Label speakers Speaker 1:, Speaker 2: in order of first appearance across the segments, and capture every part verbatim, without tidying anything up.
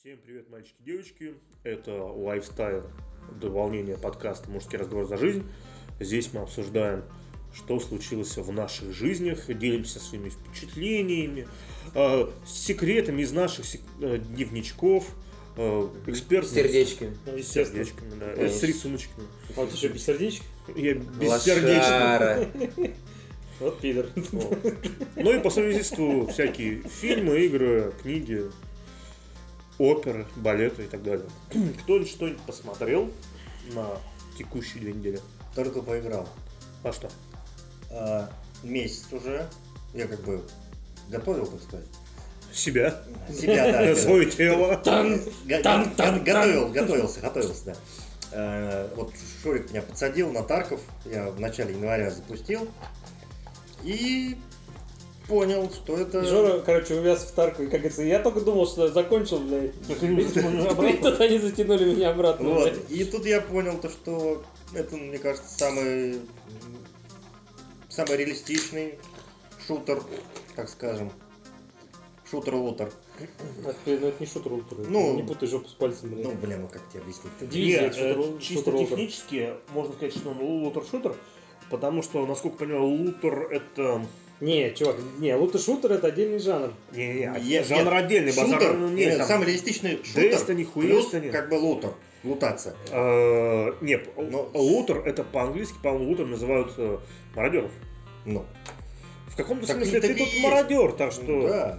Speaker 1: Всем привет, мальчики и девочки. Это лайфстайл дополнение подкаста «Мужский разговор за жизнь». Здесь мы обсуждаем, что случилось в наших жизнях, делимся своими впечатлениями, э, секретами из наших сек- э, дневничков, э, экспертных...
Speaker 2: Сердечки.
Speaker 1: С сердечками, да. Э, с рисуночками.
Speaker 3: А ты что, без сердечек?
Speaker 1: Я бессердечный.
Speaker 3: Вот пидор.
Speaker 1: Вот. Ну и по совместительству всякие фильмы, игры, книги, оперы, балеты и так далее. Кто-нибудь что-нибудь посмотрел на текущие две недели?
Speaker 4: Только поиграл.
Speaker 1: А что?
Speaker 4: А, месяц уже. Я как бы готовил, так сказать.
Speaker 1: Себя?
Speaker 4: Себя, да.
Speaker 1: Свое тело.
Speaker 4: Го- го- Готовил, готовился, готовился, да. А, Вот Шурик меня подсадил на Тарков. Я в начале января запустил. И понял, что это...
Speaker 3: Жора, короче, увяз в Тарку, и, как говорится, я только думал, что я закончил, блядь. И тут они затянули меня обратно,
Speaker 4: Вот.
Speaker 3: блядь.
Speaker 4: И тут я понял то, что это, мне кажется, самый самый реалистичный шутер, так скажем. Шутер-лутер.
Speaker 3: А теперь, ну, это не шутер-лутер,
Speaker 4: Ну,
Speaker 3: не путай жопу с пальцем, блядь.
Speaker 4: Ну, блин, ну как тебе объяснить?
Speaker 3: Дивизия,
Speaker 1: Нет,
Speaker 3: это
Speaker 1: э,
Speaker 3: шутер-
Speaker 1: чисто
Speaker 3: шутер-лутер.
Speaker 1: технически можно сказать, что он лутер-шутер, потому что, насколько я понимаю, лутер это...
Speaker 3: Не, чувак, не, лутер-шутер это отдельный жанр.
Speaker 1: Не-не,
Speaker 4: Е-
Speaker 1: жанр
Speaker 4: нет,
Speaker 1: отдельный, базар...
Speaker 4: Шутер,
Speaker 1: ну,
Speaker 4: именно
Speaker 1: нет, там,
Speaker 4: самый реалистичный шутер,
Speaker 1: Destiny,
Speaker 4: плюс
Speaker 1: Хуестony.
Speaker 4: как бы лутер, лутация.
Speaker 1: э, Нет,
Speaker 4: Но-
Speaker 1: лутер это по-английски, по-моему, лутер называют э, мародеров.
Speaker 4: Ну,
Speaker 1: В каком-то
Speaker 4: Так
Speaker 1: смысле
Speaker 4: и-
Speaker 1: ты
Speaker 4: так и
Speaker 1: тут
Speaker 4: есть.
Speaker 1: мародер, так что
Speaker 4: да.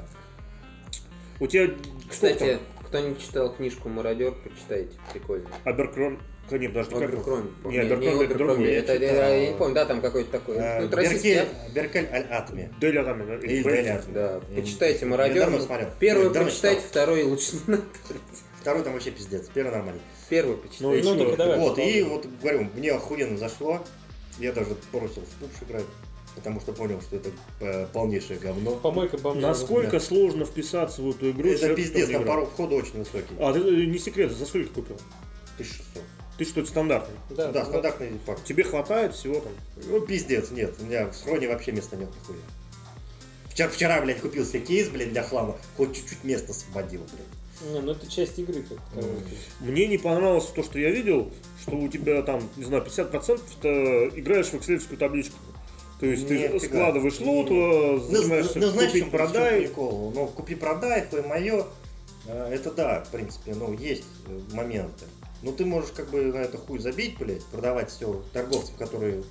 Speaker 1: у тебя... сколько
Speaker 2: Кстати, кто не читал книжку «Мародер», почитайте, прикольно.
Speaker 1: там? Аберкрон... Нет, даже не как...
Speaker 2: Оберкроми.
Speaker 1: Не, Аберкроми это другой.
Speaker 2: Это,
Speaker 4: я
Speaker 2: это-
Speaker 4: читал.
Speaker 2: я не помню, да, там какой-то такой.
Speaker 4: Э,
Speaker 2: Ну, это российский,
Speaker 4: Беркель, Беркель Аль-Атми.
Speaker 1: Дель Атами, да?
Speaker 4: Или Дель Атми.
Speaker 2: да.
Speaker 4: Я
Speaker 2: Почитайте
Speaker 4: не-
Speaker 2: «Мародер».
Speaker 4: недавно смотрел.
Speaker 2: Первый
Speaker 4: Недавно
Speaker 2: почитайте,
Speaker 4: читал.
Speaker 2: второй лучше не надо.
Speaker 4: Второй там вообще пиздец, первый нормальный.
Speaker 2: Первый
Speaker 1: Ну,
Speaker 2: почитайте.
Speaker 3: Ну,
Speaker 1: что?
Speaker 3: так давай.
Speaker 4: Вот, и
Speaker 3: попробуем.
Speaker 4: вот говорю, мне охуенно зашло. Я даже бросил в пупш играть, потому что понял, что это э, полнейшее говно.
Speaker 3: Помойка бомжа.
Speaker 1: Насколько
Speaker 4: Да.
Speaker 1: сложно вписаться в эту игру?
Speaker 4: Это
Speaker 1: человеку,
Speaker 4: пиздец,
Speaker 1: кто не
Speaker 4: там
Speaker 1: играл?
Speaker 4: порог входа очень высокий.
Speaker 1: А, ты, э, не секрет, за сколько купил?
Speaker 4: тысяча шестьсот.
Speaker 1: Ты что, это стандартный?
Speaker 3: Да,
Speaker 4: Да,
Speaker 3: да.
Speaker 4: стандартный пак.
Speaker 1: Тебе хватает всего там?
Speaker 4: Ну, пиздец, нет, у меня в схроне вообще места нет нихуя. Вчера, вчера, блядь, купил себе кейс, блядь, для хлама, хоть чуть-чуть места освободил, блядь.
Speaker 3: Не, ну это часть игры, как таковой.
Speaker 1: Мне не понравилось то, что я видел, что у тебя там, не знаю, пятьдесят процентов ты играешь в экселевскую табличку. То есть ты
Speaker 4: Нифига.
Speaker 1: складываешь лут,
Speaker 4: Ну,
Speaker 1: занимаешься
Speaker 4: ну, знаешь, в чем
Speaker 1: купить-продай.
Speaker 4: прикол? Ну, купи-продай, хуй мое, это да, в принципе, ну, есть э, моменты. Но ты можешь как бы на это хуй забить, блядь, продавать все торговцам, которые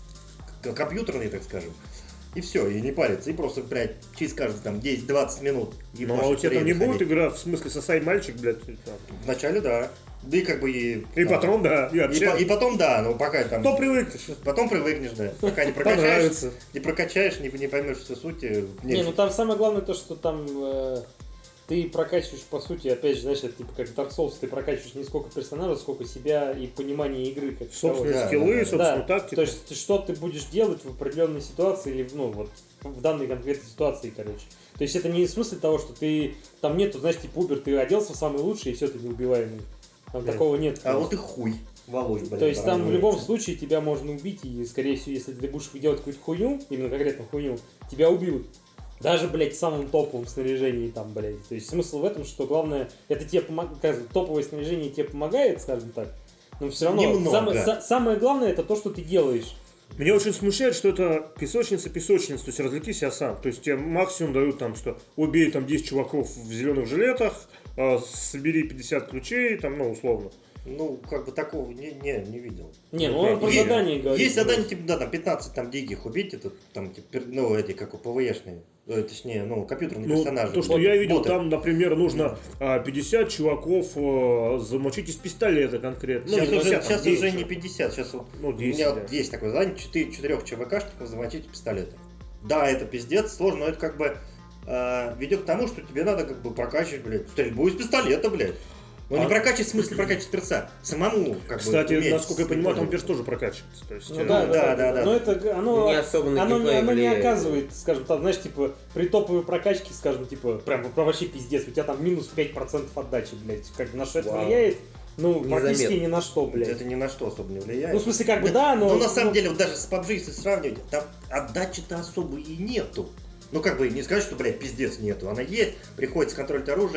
Speaker 4: к- компьютерные, так скажем, и все, и не париться, и просто, блядь, через каждые там десять-двадцать минут
Speaker 1: Ну а у
Speaker 4: ебашить
Speaker 1: тебя там не
Speaker 4: время
Speaker 1: будет
Speaker 4: ходить.
Speaker 1: игра, в смысле, сосай мальчик, блядь, и там.
Speaker 4: Вначале да, да и как бы и...
Speaker 1: И
Speaker 4: да.
Speaker 1: потом, да, и
Speaker 4: И, по-
Speaker 1: вообще.
Speaker 4: и потом да, но пока там...
Speaker 1: Кто привыкнешь?
Speaker 4: Потом привыкнешь, да. Пока не прокачаешь,
Speaker 1: Понравится.
Speaker 4: не прокачаешь, не, не поймешь всю суть. э,
Speaker 3: Не,
Speaker 4: нефиг.
Speaker 3: ну там самое главное то, что там э, ты прокачиваешь, по сути, опять же, знаешь, это типа как Dark Souls, ты прокачиваешь не сколько персонажа, сколько себя и понимание игры как
Speaker 1: Собственные
Speaker 4: Да,
Speaker 1: скиллы,
Speaker 4: да, да.
Speaker 1: собственную
Speaker 3: Да,
Speaker 1: тактику.
Speaker 3: то есть ты- что ты будешь делать в определенной ситуации или в- ну вот в данной конкретной ситуации, короче. То есть это не в смысле того, что ты там нету, знаешь, типа Убер, ты оделся в самый лучший и все, ты неубиваемый. Там
Speaker 1: Нет.
Speaker 3: такого нет.
Speaker 4: А вот и хуй, Володь, блядь.
Speaker 3: То есть там в
Speaker 4: разумеется.
Speaker 3: любом случае тебя можно убить, и скорее всего, если ты будешь делать какую-то хуйню, именно конкретно хуйню, тебя убьют. Даже, блядь, в самом топовом снаряжении там, блядь. То есть смысл в этом, что главное, это тебе помогает, топовое снаряжение тебе помогает, скажем так, но все равно
Speaker 4: Немного.
Speaker 3: самое, са- самое главное это то, что ты делаешь.
Speaker 1: Меня очень смущает, что это песочница-песочница, то есть развлеки себя сам. То есть тебе максимум дают там, что убей там десять чуваков в зеленых жилетах, а, собери пятьдесят ключей, там, ну, условно.
Speaker 4: Ну, как бы такого не, не, не видел.
Speaker 3: Не, ну
Speaker 1: Ну,
Speaker 3: он про
Speaker 4: Есть-
Speaker 3: задание говорит.
Speaker 4: Есть задания, типа, да, там пятнадцать там диких убить, это там, типа, пер- ну, эти, как у ПВЕшные, э, точнее, ну, компьютерные
Speaker 1: Ну,
Speaker 4: персонажи.
Speaker 1: то, что
Speaker 4: боты-
Speaker 1: я видел,
Speaker 4: боты.
Speaker 1: там, например, нужно а, пятьдесят чуваков а, замочить из пистолета конкретно.
Speaker 4: Сейчас,
Speaker 1: ну, не
Speaker 4: уже,
Speaker 1: пятьдесят, там
Speaker 4: сейчас
Speaker 1: десять
Speaker 4: уже
Speaker 1: человек.
Speaker 4: не пятьдесят, сейчас вот
Speaker 1: Ну,
Speaker 4: у
Speaker 1: десять,
Speaker 4: меня
Speaker 1: да.
Speaker 4: вот есть такое задание, четыре, четырех ЧВКшников замочить пистолетом. Да, это пиздец, сложно, но это как бы э, ведет к тому, что тебе надо как бы прокачивать, блядь, стрельбу из пистолета, блядь. Ну, не
Speaker 1: А-
Speaker 4: прокачивать в смысле прокачивать перца, самому как бы
Speaker 1: Кстати,
Speaker 4: уметь
Speaker 1: насколько я понимаю, там перс
Speaker 4: пользоваться.
Speaker 1: тоже прокачивается. То есть,
Speaker 3: Ну
Speaker 1: э,
Speaker 3: да, да,
Speaker 4: да,
Speaker 3: да,
Speaker 4: да, да.
Speaker 3: Но это оно,
Speaker 2: Не особо на
Speaker 3: оно, не,
Speaker 2: геймплей
Speaker 3: оно не
Speaker 2: влияет.
Speaker 3: оказывает, скажем так, знаешь, типа, при топовой прокачке, скажем, типа, прям вот вообще пиздец, у тебя там минус пять процентов отдачи, блядь. Как на что это
Speaker 2: Вау.
Speaker 3: влияет? Ну,
Speaker 2: Незаметно.
Speaker 3: практически ни на что, блядь.
Speaker 4: Это ни на что особо не влияет.
Speaker 3: Ну, в смысле, как бы да, но...
Speaker 4: Ну, на самом
Speaker 3: ну,
Speaker 4: деле, вот даже с пабджи, если сравнивать, там отдачи-то особо и нету. Ну, как бы, не сказать, что, блядь, пиздец нету. Она есть, приходится контролить оружие.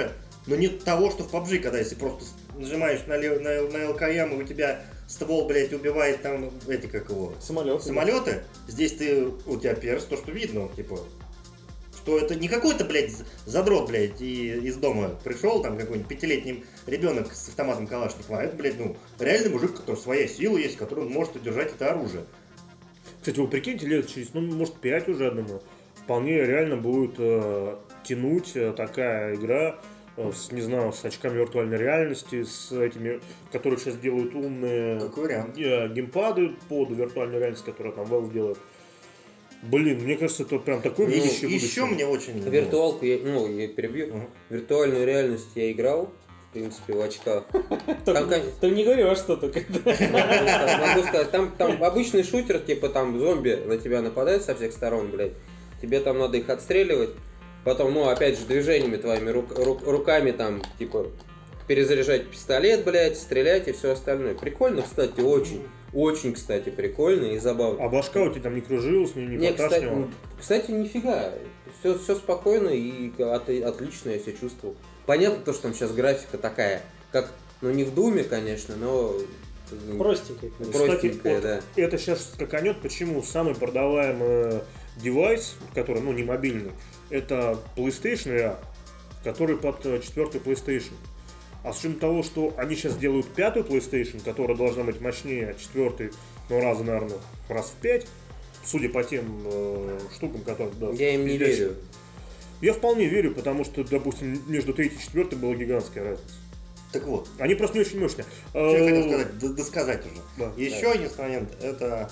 Speaker 4: Но нет того, что в пабжи, когда если просто нажимаешь на, лев- на, на эл ка эм, и у тебя ствол, блядь, убивает там эти, как его,
Speaker 3: Самолет.
Speaker 4: самолеты, здесь ты, у тебя перс, то, что видно, типа, что это не какой-то, блядь, задрот, блядь, и из дома пришел, там, какой-нибудь пятилетний ребенок с автоматом Калашникова, а это, блядь, ну, реальный мужик, у которого своя сила есть, который может удержать это оружие.
Speaker 1: Кстати, вы прикиньте, лет через, ну, может, пять уже, я думаю, вполне реально будет э, тянуть э, такая игра э, с, не знаю, с очками виртуальной реальности, с этими, которые сейчас делают умные
Speaker 4: Как вариант.
Speaker 1: э, геймпады под виртуальную реальность, которые там Valve делает. Блин, мне кажется, это прям такое
Speaker 4: И
Speaker 1: будущее.
Speaker 4: еще мне очень... ну,
Speaker 2: Виртуалку, я, ну, я перебью.
Speaker 4: Мгм.
Speaker 2: Виртуальную реальность я играл, в принципе, в очках. Там,
Speaker 3: Только,
Speaker 2: конечно,
Speaker 3: ты не говори, а что только.
Speaker 2: могу сказать, могу сказать, там, там обычный шутер, типа там зомби на тебя нападают со всех сторон, блядь. Тебе там надо их отстреливать. Потом, ну, опять же, движениями твоими, рук- рук- руками там, типа, перезаряжать пистолет, блядь, стрелять и все остальное. Прикольно, кстати, очень. Очень, кстати, прикольно и забавно.
Speaker 1: А башка у тебя там не кружилась, не, не
Speaker 2: Не, кстати,
Speaker 1: поташнивала?
Speaker 2: кстати, нифига. Все, все спокойно и от- отлично я себя чувствовал. Понятно то, что там сейчас графика такая, как, ну не в Думе, конечно, но м,
Speaker 3: Простенький.
Speaker 2: простенькая,
Speaker 1: Кстати, вот
Speaker 2: да.
Speaker 1: это сейчас скаканет, почему самый продаваемый девайс, который, ну, не мобильный, это PlayStation ви ар, который под э, четвертый PlayStation. А с учетом того, что они сейчас делают пятую PlayStation, которая должна быть мощнее четвертой, ну, раза, наверное, раз в пять, судя по тем э, штукам, которые... Да,
Speaker 2: Я им не
Speaker 1: пиздящие.
Speaker 2: верю.
Speaker 1: Я вполне верю, потому что, допустим, между третьей и четвертой была гигантская разница.
Speaker 4: Так вот,
Speaker 1: Они просто не очень мощные.
Speaker 4: что я хотел
Speaker 1: Э,
Speaker 4: сказать, д- досказать уже.
Speaker 1: Да.
Speaker 4: Еще один момент, это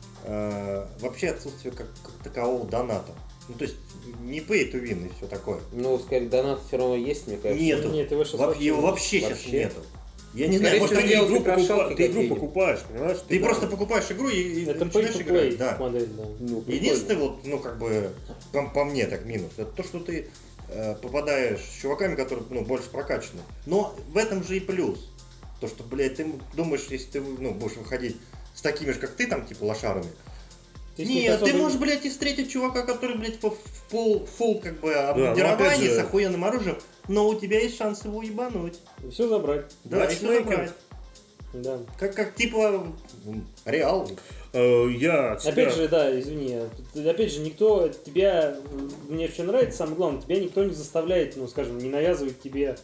Speaker 4: э, вообще отсутствие как, как такового доната. Ну, то есть, не pay to win и все такое.
Speaker 2: Ну, скорее, донат все равно есть, мне кажется.
Speaker 4: Нету.
Speaker 3: Нет, его сейчас
Speaker 4: Во-
Speaker 3: вообще
Speaker 4: его
Speaker 3: нет.
Speaker 4: вообще сейчас
Speaker 2: Вообще?
Speaker 4: нету. Я не
Speaker 2: Скорее
Speaker 4: знаю, может,
Speaker 2: всего,
Speaker 1: Ты
Speaker 4: они
Speaker 2: делают
Speaker 1: игру,
Speaker 2: украшалки
Speaker 1: покупа- ты игру
Speaker 2: какие-нибудь.
Speaker 1: покупаешь, понимаешь?
Speaker 4: Ты
Speaker 1: там-
Speaker 4: просто покупаешь игру и, и
Speaker 3: Это
Speaker 4: начинаешь
Speaker 3: pay to
Speaker 4: играть.
Speaker 3: play
Speaker 4: Да.
Speaker 3: модель, да.
Speaker 2: Ну, прикольно.
Speaker 4: Единственное, вот, ну, как бы, по, по мне так минус, это то, что ты э, попадаешь с чуваками, которые, ну, больше прокачаны. Но в этом же и плюс. То, что, блядь, ты думаешь, если ты, ну, будешь выходить с такими же, как ты, там, типа, лошарами.
Speaker 3: То есть нет
Speaker 4: Нет, ты
Speaker 3: особой-
Speaker 4: можешь, блядь, и встретить чувака, который, блядь, в в пол, фул, как бы,
Speaker 1: но
Speaker 4: обмундирование
Speaker 1: опять же-
Speaker 4: с охуенным оружием, но у тебя есть шанс его ебануть.
Speaker 3: Все забрать.
Speaker 4: Да, и всё
Speaker 1: Матчмейкинг.
Speaker 4: забрать.
Speaker 3: Да.
Speaker 4: Как, как, типа, м, Реал.
Speaker 1: Э, Я от себя-
Speaker 3: Опять же, да, извини, тут, опять же, никто тебя, мне вообще нравится, самое главное, тебя никто не заставляет, ну, скажем, не навязывает тебе,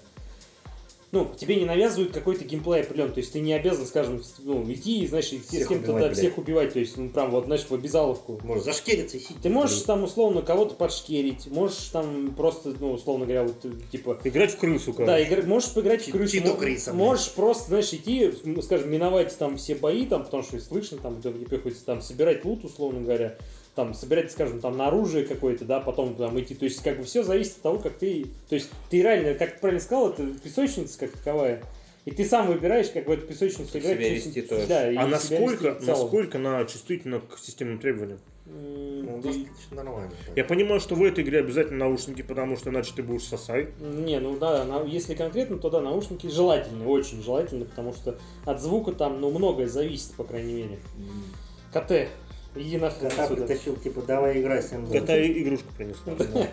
Speaker 3: ну, тебе не навязывают какой-то геймплей определенный, то есть ты не обязан, скажем, с- ну, идти и, знаешь, и
Speaker 4: Всех
Speaker 3: с кем-то
Speaker 4: убивать,
Speaker 3: да,
Speaker 4: блядь.
Speaker 3: всех убивать, то есть, ну, прям вот, знаешь, в обязаловку.
Speaker 4: Можешь зашкериться и сидеть.
Speaker 3: Ты можешь там, условно, кого-то подшкерить, можешь там просто, ну, условно говоря, вот, типа,
Speaker 1: Играть в крысу,
Speaker 3: да,
Speaker 1: короче.
Speaker 3: игр- можешь поиграть
Speaker 4: Чи-
Speaker 3: в крысу,
Speaker 4: чито
Speaker 3: мо-
Speaker 4: крыса,
Speaker 3: можешь просто, знаешь, идти, м, скажем, миновать там все бои, там, потому что слышно, там, где приходится там собирать лут, условно говоря, там, собирать, скажем, там, на оружие какое-то, да, потом там идти, то есть, как бы, все зависит от того, как ты, то есть, ты реально, как ты правильно сказал, это песочница как таковая, и ты сам выбираешь, как в эту песочницу
Speaker 2: Как
Speaker 3: играть.
Speaker 2: себя
Speaker 3: чувствовать-
Speaker 2: вести тоже.
Speaker 3: да, и
Speaker 1: А
Speaker 3: себя
Speaker 1: насколько,
Speaker 3: вести в целом.
Speaker 1: насколько она чувствительна к системным требованиям?
Speaker 3: М,
Speaker 4: Ну,
Speaker 3: ты-
Speaker 4: достаточно нормально. да.
Speaker 1: Я понимаю, что в этой игре обязательно наушники, потому что иначе ты будешь сосать.
Speaker 3: Не, ну да, на- если конкретно, то да, наушники желательны, очень желательны, потому что от звука там, ну, многое зависит, по крайней мере. КТ, иди нахрен
Speaker 4: Кота
Speaker 3: отсюда.
Speaker 4: притащил, типа, давай играй со мной.
Speaker 1: Это и игрушку принесла.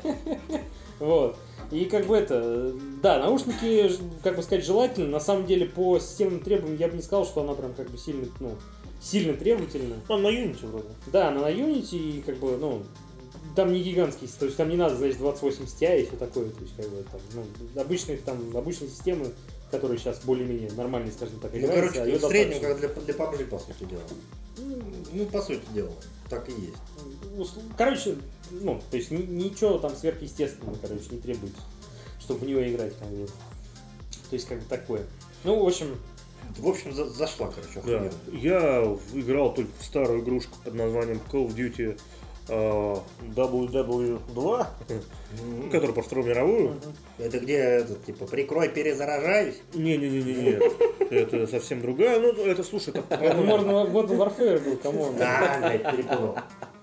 Speaker 3: Вот. И как бы это, да, наушники, ж- как бы сказать, желательно. На самом деле, по системным требованиям я бы не сказал, что она прям как бы сильно, ну, сильно требовательна.
Speaker 1: Там на Unity вроде.
Speaker 3: Да, она на Unity, и как бы, ну, там не гигантский, то есть там не надо, значит, двадцать восемьдесят Ti и все такое. То есть, как бы, там, ну, обычные, там, обычные системы, которые сейчас более-менее нормальные, скажем так,
Speaker 4: Ну,
Speaker 3: играются,
Speaker 4: короче,
Speaker 3: а её
Speaker 4: в среднем,
Speaker 3: достаточно.
Speaker 4: как для, для пабжи, по сути дела. Ну, по сути дела, так и есть.
Speaker 3: Ус- Короче, ну, то есть ни- ничего там сверхъестественного, короче, не требуется, чтобы в нее играть, как бы. То есть, как бы такое. Ну, в общем,
Speaker 4: В общем, за- зашла, короче,
Speaker 1: Да.
Speaker 4: охуенно.
Speaker 1: Я в- играл только в старую игрушку под названием Call of Duty э, дабл ю дабл ю два,
Speaker 4: М.
Speaker 1: которая про Вторую мировую.
Speaker 4: Это где, этот, типа, прикрой, перезаражаюсь?
Speaker 1: Не-не-не-не, это совсем другая. Ну, это, слушай, это,
Speaker 3: это
Speaker 1: по-моему,
Speaker 3: Modern Modern Warfare был, камон.
Speaker 4: Да, блядь, перепутал.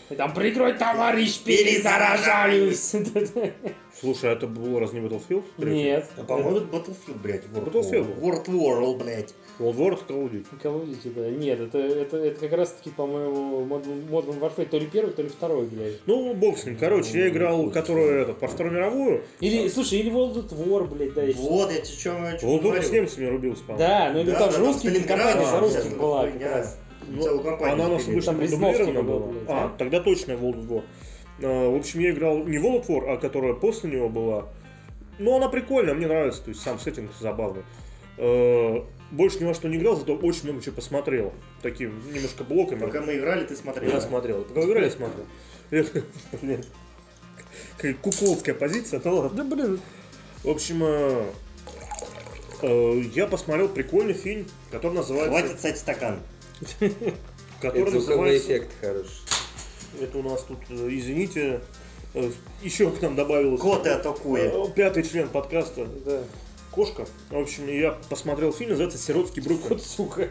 Speaker 3: И там прикрой, товарищ, перезаражаюсь.
Speaker 1: Слушай, а это был разве не Battlefield?
Speaker 3: Нет.
Speaker 4: А, по-моему, это Battlefield, блядь. World
Speaker 1: Battlefield.
Speaker 4: War. World War, блядь.
Speaker 1: World War Call of Duty.
Speaker 3: Call of Duty, да. Нет, это, это, это как раз таки, по-моему, Modern Modern Warfare то ли первый, то ли второй, блядь.
Speaker 1: Ну, бог с ним. Короче, я играл, которую, это, по Вторую мировую.
Speaker 3: Или, слушай, или World at War, блядь, да, еще.
Speaker 4: Вот, я тебе что
Speaker 1: World War с немцами рубился, по-моему.
Speaker 3: Да, ну или
Speaker 4: Да,
Speaker 3: там
Speaker 4: да,
Speaker 3: же
Speaker 4: там
Speaker 3: русские,
Speaker 4: Сталинград,
Speaker 3: компания за
Speaker 4: а,
Speaker 3: русских
Speaker 4: вся
Speaker 3: была как
Speaker 4: хуйня.
Speaker 3: раз.
Speaker 1: Ну,
Speaker 4: Целую компанию.
Speaker 1: она у нас
Speaker 4: запилили.
Speaker 1: обычно
Speaker 3: Там
Speaker 1: дублирована
Speaker 3: Резновский
Speaker 1: была.
Speaker 3: был, блядь,
Speaker 1: А,
Speaker 3: да?
Speaker 1: тогда точно World at War. А, в общем, я играл не World at War, а которая после него была. Ну, она прикольная, мне нравится, то есть сам сеттинг забавный. А, больше ни во что не играл, зато очень много чего посмотрел. Таким немножко блоками.
Speaker 4: Пока мы играли, ты смотрел.
Speaker 1: Я смотрел. Пока играли, я смотрел. Это, блин, какая куколская позиция, ну ладно.
Speaker 3: Да, блин.
Speaker 1: В общем, э, э, я посмотрел прикольный фильм, который называется...
Speaker 4: Хватит ссать стакан.
Speaker 1: Который
Speaker 2: Это звуковой
Speaker 1: называется...
Speaker 2: эффект хороший.
Speaker 1: Это у нас тут, э, извините, э, еще к нам добавилось...
Speaker 4: Коты атакуя.
Speaker 1: э, Пятый член подкаста.
Speaker 3: Да.
Speaker 1: Кошка. В общем, я посмотрел фильм, называется «Сиротский Бруклин».
Speaker 3: Вот сука.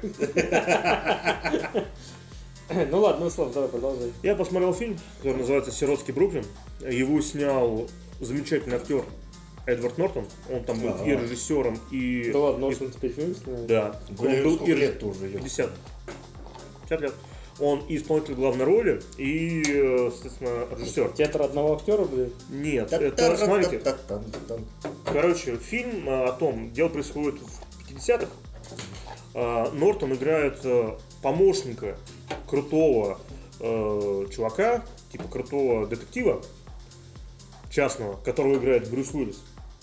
Speaker 3: Ну ладно, ну Слав, давай продолжай.
Speaker 1: Я посмотрел фильм, который называется «Сиротский Бруклин». Его снял замечательный актер Эдвард Нортон. Он там был и
Speaker 4: А-а.
Speaker 1: режиссером, и...
Speaker 3: Да ладно, может он теперь фильм снимает?
Speaker 1: Да. Он
Speaker 4: Блин,
Speaker 1: был
Speaker 4: сколько
Speaker 1: и
Speaker 4: лет тоже, ёпта.
Speaker 1: пятьдесят. пятьдесят лет. Он и исполнитель главной роли, и, э, соответственно, режиссер.
Speaker 3: Театр одного актера, блин.
Speaker 1: Нет, это, смотрите,
Speaker 4: Та-та-та-та-та-та.
Speaker 1: короче, фильм э, о том, дело происходит в пятидесятых. Э, Нортон играет э, помощника крутого э, чувака, типа крутого детектива частного, которого играет Брюс Уиллис.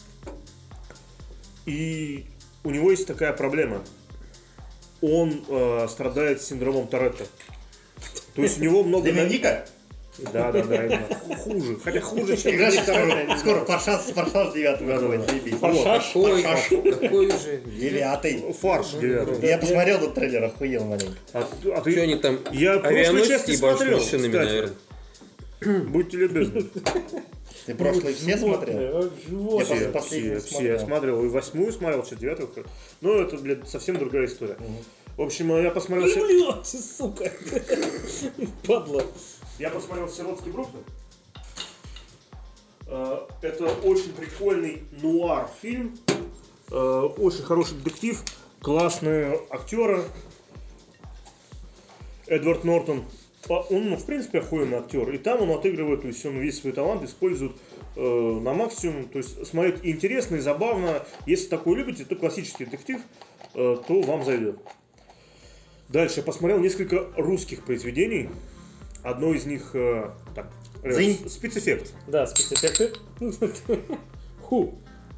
Speaker 1: И у него есть такая проблема. Он э, страдает синдромом Торетто. То есть у него много...
Speaker 4: Доминика?
Speaker 1: Да, да, да, именно. Хуже. Хотя хуже, чем
Speaker 4: Игра
Speaker 1: Доминика
Speaker 4: скоро,
Speaker 1: Торетто.
Speaker 4: скоро форшаж, форшаж девятый
Speaker 1: Да, да,
Speaker 4: выходит,
Speaker 1: да.
Speaker 4: заебись.
Speaker 3: Форсаж?
Speaker 2: Какой,
Speaker 4: Форсаж.
Speaker 2: какой же?
Speaker 4: Девятый.
Speaker 1: Фарш девятый.
Speaker 4: Я посмотрел этот трейлер, охуел маленько.
Speaker 1: А, а
Speaker 2: Что
Speaker 1: ты...
Speaker 2: они там
Speaker 1: Я прошлую
Speaker 2: авианосцы
Speaker 1: часть не
Speaker 2: ебашут
Speaker 1: смотрел,
Speaker 2: машинами,
Speaker 1: кстати.
Speaker 2: наверное.
Speaker 1: Будьте любезны.
Speaker 4: Ты прошлые все смотрел?
Speaker 3: Животное, вот
Speaker 4: Я
Speaker 3: животное.
Speaker 1: Все,
Speaker 4: просто последний
Speaker 1: все, все. Я
Speaker 4: смотрел.
Speaker 1: смотрел. И восьмую смотрел, сейчас девятую. Ну, это, блядь, совсем другая история. В общем, я посмотрел... се-
Speaker 3: Блядь, сука. Падла.
Speaker 1: Я посмотрел «Сиротский Бруклин». Э, Это очень прикольный нуар-фильм. Э, Очень хороший детектив. Классные актеры. Эдвард Нортон. а, Он, ну, в принципе, охуенный актер. И там он отыгрывает, то есть он весь свой талант использует э, на максимум. То есть смотреть и интересно, и забавно. Если такое любите, это классический детектив, э, то вам зайдет. Дальше я посмотрел несколько русских произведений. Одно из них э, так, э,
Speaker 4: Зынь.
Speaker 1: с- спецэффект.
Speaker 3: Да, спецэффекты. Ху.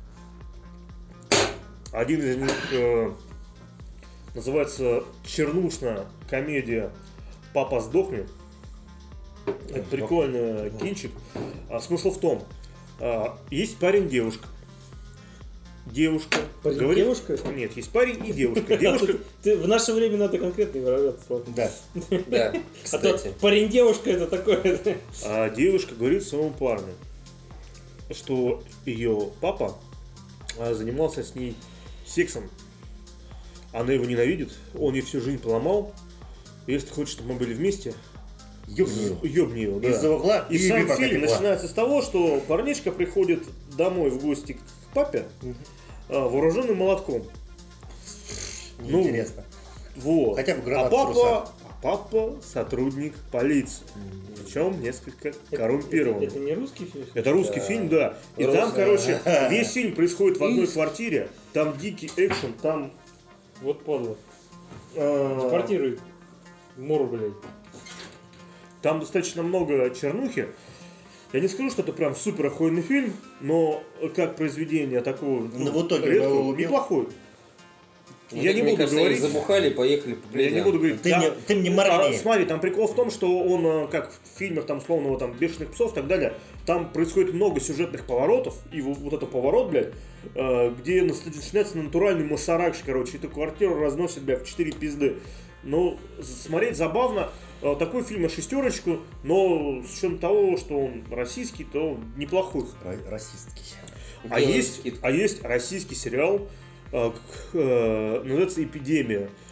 Speaker 1: Один из них э, называется чернушная комедия «Папа, сдохни». Это прикольный кинчик. А, смысл в том, а, есть парень-девушка. Девушка.
Speaker 3: Парень,
Speaker 1: говорит-
Speaker 3: девушка?
Speaker 1: Нет, есть парень и девушка. Девушка.
Speaker 3: Ты в наше время надо конкретно выражаться, Слав.
Speaker 4: Да.
Speaker 2: Да,
Speaker 3: А то
Speaker 2: кстати.
Speaker 3: парень-девушка это такое.
Speaker 1: А девушка говорит своему парню, что ее папа а, занимался с ней сексом. Она его ненавидит, он ей всю жизнь поломал. Если ты хочешь, чтобы мы были вместе,
Speaker 4: Ёбни его.
Speaker 1: ёбни его, да.
Speaker 4: Из-за угла
Speaker 1: И
Speaker 4: и
Speaker 1: сам
Speaker 4: еби, пока
Speaker 1: фильм
Speaker 4: тепла.
Speaker 1: начинается с того, что парнишка приходит домой в гости к папе, а, вооруженным молотком. Ну,
Speaker 4: Интересно.
Speaker 1: Вот.
Speaker 4: Хотя бы
Speaker 1: а
Speaker 4: гранат в
Speaker 1: папа,
Speaker 4: трусах.
Speaker 1: а папа сотрудник полиции. Причем несколько коррумпирован.
Speaker 3: Это не русский фильм?
Speaker 1: Это русский
Speaker 2: Да.
Speaker 1: фильм, да. И
Speaker 2: Русский.
Speaker 1: там, короче, весь фильм происходит в одной
Speaker 2: И-
Speaker 1: квартире. Там дикий экшен, там...
Speaker 3: Вот подло.
Speaker 1: э,
Speaker 3: Депортируй. Муру, блядь.
Speaker 1: Там достаточно много чернухи. Я не скажу, что это прям супер охуенный фильм, но как произведение такого
Speaker 4: Ну, в итоге
Speaker 1: редкого,
Speaker 4: его убил.
Speaker 1: неплохой.
Speaker 2: Вот
Speaker 1: Я
Speaker 2: это,
Speaker 1: не
Speaker 2: мне
Speaker 1: буду
Speaker 2: кажется,
Speaker 1: говорить.
Speaker 2: они забухали, поехали по
Speaker 1: Я не
Speaker 2: бледям.
Speaker 1: буду говорить.
Speaker 4: Ты
Speaker 1: там-
Speaker 4: мне- ты мне
Speaker 1: А,
Speaker 4: моргни.
Speaker 1: смотри, там прикол в том, что он, э, как в фильмах там условного там бешеных псов и так далее, там происходит много сюжетных поворотов, и вот, вот это поворот, блядь, э, где нас- начинается натуральный мусоракш, короче, эту квартиру разносит, блядь, в четыре пизды. Ну, смотреть забавно. Э, Такой фильм на шестерочку, но с учетом того, что он российский, то неплохой.
Speaker 4: Ра- Расистский.
Speaker 1: А
Speaker 2: Делают
Speaker 1: есть,
Speaker 2: скидку.
Speaker 1: а есть российский сериал, э, к- э, называется «Эпидемия».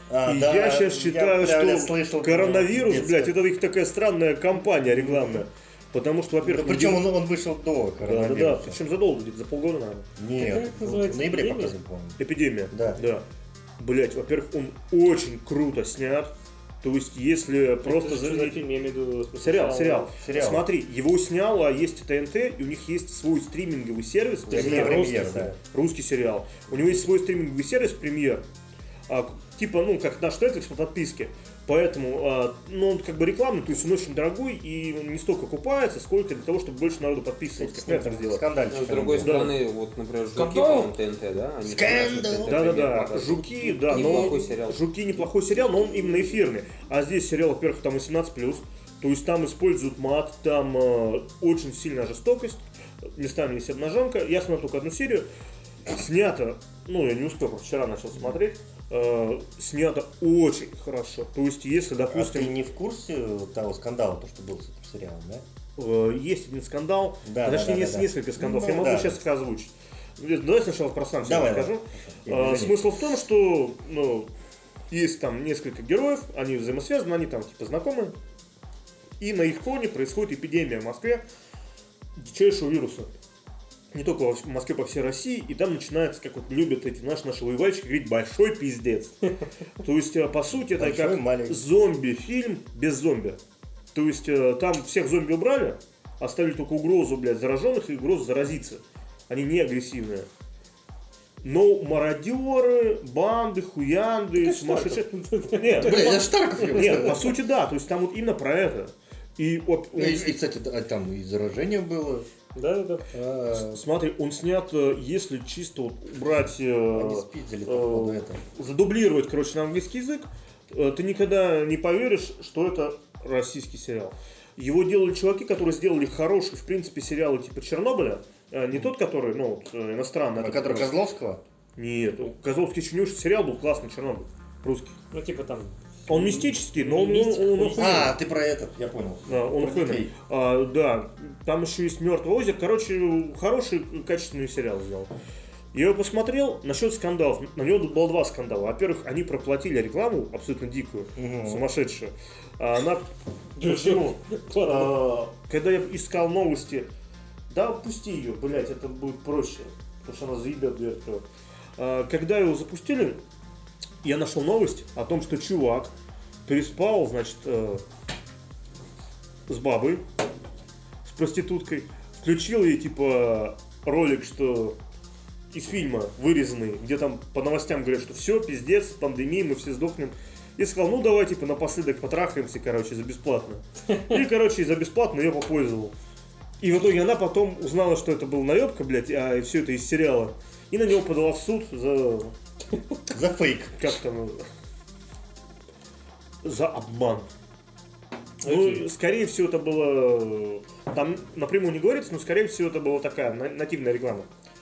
Speaker 4: А,
Speaker 1: И
Speaker 4: да,
Speaker 1: я сейчас считаю,
Speaker 4: я, бля,
Speaker 1: что
Speaker 4: слышал,
Speaker 1: коронавирус,
Speaker 4: детство.
Speaker 1: блядь, это их такая странная кампания рекламная. Потому что,
Speaker 4: Да,
Speaker 1: во-первых,
Speaker 4: причем
Speaker 1: люди-
Speaker 4: он, он вышел до
Speaker 1: Да, да,
Speaker 4: коронавируса.
Speaker 1: да, причем задолго, где-то за полгода, наверное.
Speaker 4: Нет,
Speaker 3: Как это называется,
Speaker 4: в ноябре
Speaker 3: эпидемия?
Speaker 4: показывали, по-моему.
Speaker 1: Эпидемия.
Speaker 4: Да.
Speaker 1: Да. Блять, во-первых, он очень круто снят. То есть, если просто
Speaker 3: Это что за
Speaker 1: заметить...
Speaker 3: фильм, я имею в виду... в смысле,
Speaker 1: Сериал, сериал.
Speaker 4: Сериал.
Speaker 1: Смотри, его сняло, есть ТНТ, и у них есть свой стриминговый сервис.
Speaker 4: Премьер,
Speaker 1: Премьер.
Speaker 4: премьер, да.
Speaker 1: Русский сериал. У него есть свой стриминговый сервис Премьер. А, типа, ну, как наш Netflix по подписке. Поэтому, а, ну, он как бы рекламный, то есть он очень дорогой и он не столько окупается, сколько для того, чтобы больше народу подписываться, как Netflix делает.
Speaker 4: Скандальчик.
Speaker 2: Но, с другой
Speaker 1: Да.
Speaker 2: стороны, вот, например, Жуки,
Speaker 3: Скандал?
Speaker 2: по-моему, ТНТ, да? Они
Speaker 4: Скандал!
Speaker 2: прекрасно ТНТ
Speaker 1: Да-да-да,
Speaker 2: премьер показывают.
Speaker 1: Жуки, да, но
Speaker 2: Неплохой сериал.
Speaker 1: Жуки неплохой сериал, но он именно эфирный. А здесь сериал, во-первых, там восемнадцать плюс, то есть там используют мат, там э, очень сильная жестокость, местами есть обнаженка. Я смотрел только одну серию, снято, ну я не успел, просто вчера начал смотреть, э, снято очень хорошо. То есть если,
Speaker 4: А
Speaker 1: допустим,
Speaker 4: ты не в курсе того скандала, то, что был с этим сериалом, да?
Speaker 1: э, есть один скандал,
Speaker 4: Да,
Speaker 1: точнее
Speaker 4: да, да,
Speaker 1: есть
Speaker 4: да, да.
Speaker 1: несколько скандалов,
Speaker 4: Ну,
Speaker 1: я могу
Speaker 4: да.
Speaker 1: сейчас их озвучить. Давай сначала про сам сериал
Speaker 4: Давай,
Speaker 1: расскажу.
Speaker 4: давай.
Speaker 1: А,
Speaker 4: Извини.
Speaker 1: смысл в том, что ну, есть там несколько героев, они взаимосвязаны, они там типа знакомы, и на их фоне происходит эпидемия в Москве дичайшего вируса. Не только в Москве, по всей России, и там начинается, как вот любят эти наши, наши воевальщики, говорить, большой пиздец. То есть, э, по сути, это
Speaker 4: Большой,
Speaker 1: как
Speaker 4: маленький.
Speaker 1: зомби-фильм без зомби. То есть, э, там всех зомби убрали, оставили только угрозу, блядь, зараженных и угрозу заразиться. Они не агрессивные. Но мародеры, банды, хуянды, сумасшедшие... Нет,
Speaker 4: Бля, я Штарков его
Speaker 1: нет,
Speaker 4: знаю.
Speaker 1: по сути, да. То есть, там вот именно про это. И, вот,
Speaker 4: Ну, И, и, кстати, да, там и заражение было.
Speaker 3: Да-да-да.
Speaker 4: А,
Speaker 1: смотри, он снят, э, если чисто вот убрать... э,
Speaker 4: Они спиздили по
Speaker 1: э,
Speaker 4: поводу этого.
Speaker 1: задублировать, короче, на английский язык, э, ты никогда не поверишь, что это российский сериал. Его делали чуваки, которые сделали хорошие, в принципе, сериалы типа Чернобыля. Э, Не тот, который, ну, вот, э, иностранный.
Speaker 4: А
Speaker 1: а
Speaker 4: который
Speaker 1: который-
Speaker 4: Козловского?
Speaker 1: Нет, у Козловский еще не вышел сериал, был классный Чернобыль, русский.
Speaker 3: Ну, типа там...
Speaker 1: Он мистический, но он,
Speaker 3: Мистика,
Speaker 1: он, он
Speaker 3: мистика.
Speaker 1: охуенный.
Speaker 4: А, ты про этот, я понял.
Speaker 1: Да, он
Speaker 4: Про
Speaker 1: охуенный.
Speaker 4: детей.
Speaker 1: А, да, там еще есть Мертвое озеро. Короче, хороший, качественный сериал сделал. Я его посмотрел, насчет скандалов. На него было два скандала. Во-первых, они проплатили рекламу абсолютно дикую,
Speaker 4: Мгм.
Speaker 1: сумасшедшую. А она... Почему? А, Когда я искал новости, да, пусти ее, блять, это будет проще, потому что она заебет дверь. А, Когда его запустили, я нашел новость о том, что чувак переспал, значит, э, с бабой, с проституткой, включил ей, типа, ролик, что из фильма вырезанный, где там по новостям говорят, что все, пиздец, пандемия, мы все сдохнем. И сказал, ну давай, типа, напоследок потрахаемся, короче, за бесплатно. И, короче, за бесплатно ее попользовал. И в итоге она потом узнала, что это был наебка, блядь, а все это из сериала. И на него подала в суд за...
Speaker 4: За фейк.
Speaker 1: Как там? За обман. Ну, скорее всего, это было... Там напрямую не говорится, но, скорее всего, это была такая на- нативная реклама.